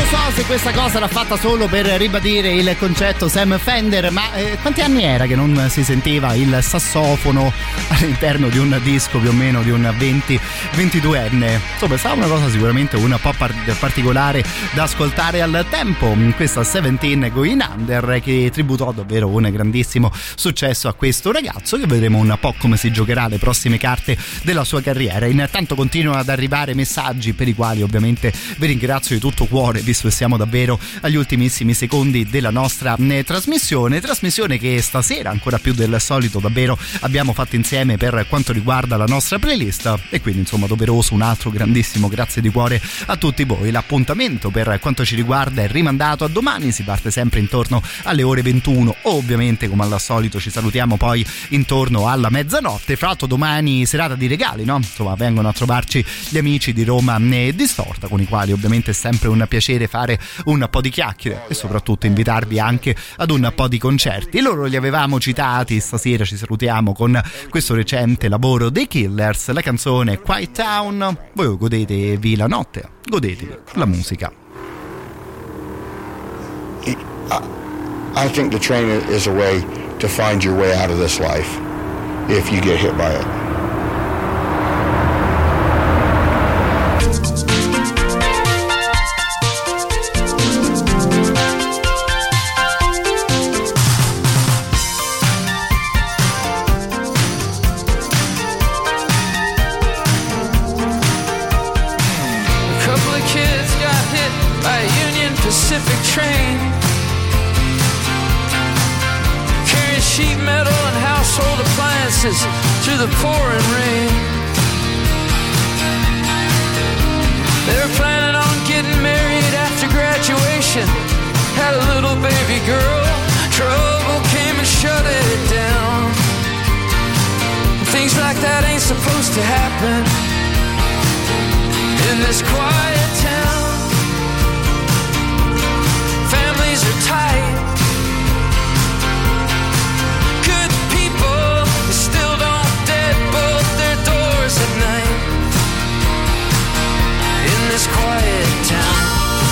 so se questa cosa l'ha fatta solo per ribadire il concetto Sam Fender, ma quanti anni era che non si sentiva il sassofono all'interno di un disco più o meno di un 20-22enne? Insomma, sarà una cosa sicuramente un po' particolare da ascoltare al tempo. Questa 17 Going Under, che tributò davvero un grandissimo successo a questo ragazzo, che vedremo un po' come si giocherà le prossime carte della sua carriera. Intanto continuano ad arrivare messaggi per i quali ovviamente vi ringrazio di tutto cuore, visto che siamo davvero agli ultimissimi secondi della nostra trasmissione che stasera ancora più del solito davvero abbiamo fatto insieme per quanto riguarda la nostra playlist, e quindi insomma doveroso un altro grandissimo grazie di cuore a tutti voi. L'appuntamento per quanto ci riguarda è rimandato a domani, si parte sempre intorno alle ore 21, ovviamente come al solito ci salutiamo poi intorno alla mezzanotte. Fra l'altro domani serata di regali, no? Insomma, vengono a trovarci gli amici di Roma Distorta, con i quali ovviamente è sempre un piacere fare un po' di chiacchiere e soprattutto invitarvi anche ad un po' di concerti. Loro li avevamo citati, stasera ci salutiamo con questo recente lavoro dei Killers, la canzone Quiet Town. Voi godetevi la notte, godetevi la musica. I think the train is a way to find your way out of this life if you get hit by it. Pacific train, carrying sheet metal and household appliances through the pouring rain. They were planning on getting married after graduation, had a little baby girl. Trouble came and shut it down. Things like that ain't supposed to happen in this quiet town. Families are tight. Good people still don't deadbolt their doors at night in this quiet town.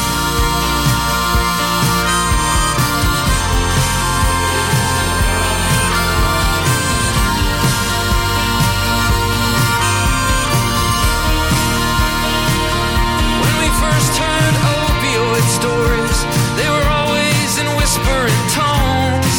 When we first heard opioid stories, they were always in whispering tones.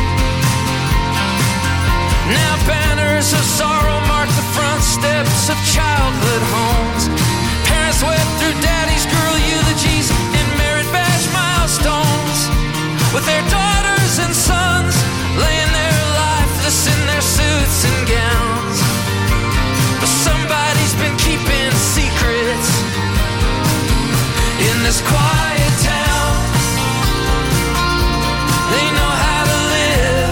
Now banners of sorrow mark the front steps of childhood homes. Parents wept through daddy's girl eulogies and merit badge milestones, with their daughters and sons laying their lifeless in their suits and gowns. But somebody's been keeping secrets in this quiet town. They know how to live.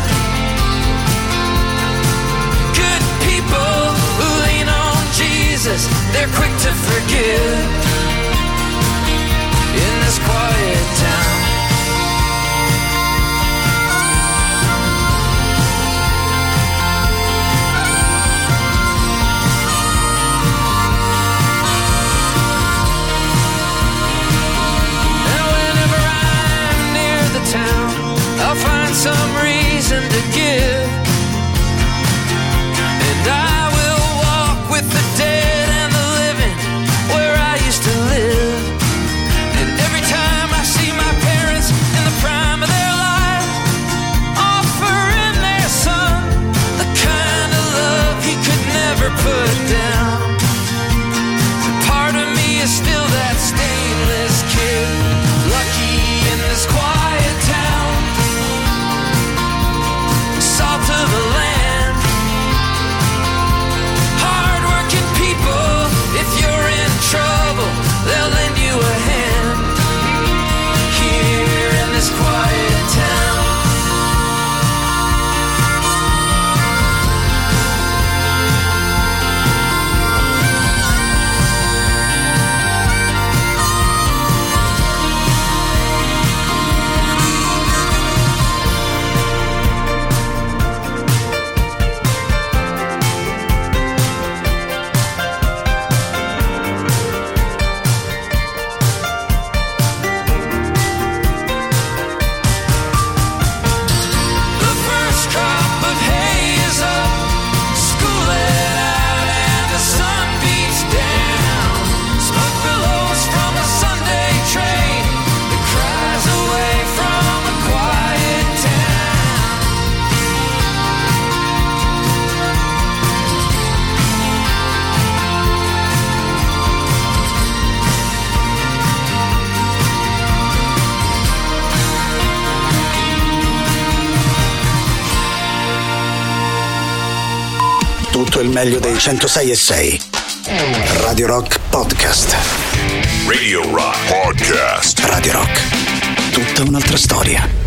Good people who lean on Jesus, they're quick to forgive in this quiet town. And whenever I'm near the town, I'll find some reason to give, and I will walk with the dead and the living where I used to Tutto il meglio dei 106.6. Radio Rock Podcast. Radio Rock Podcast. Radio Rock. Tutta un'altra storia.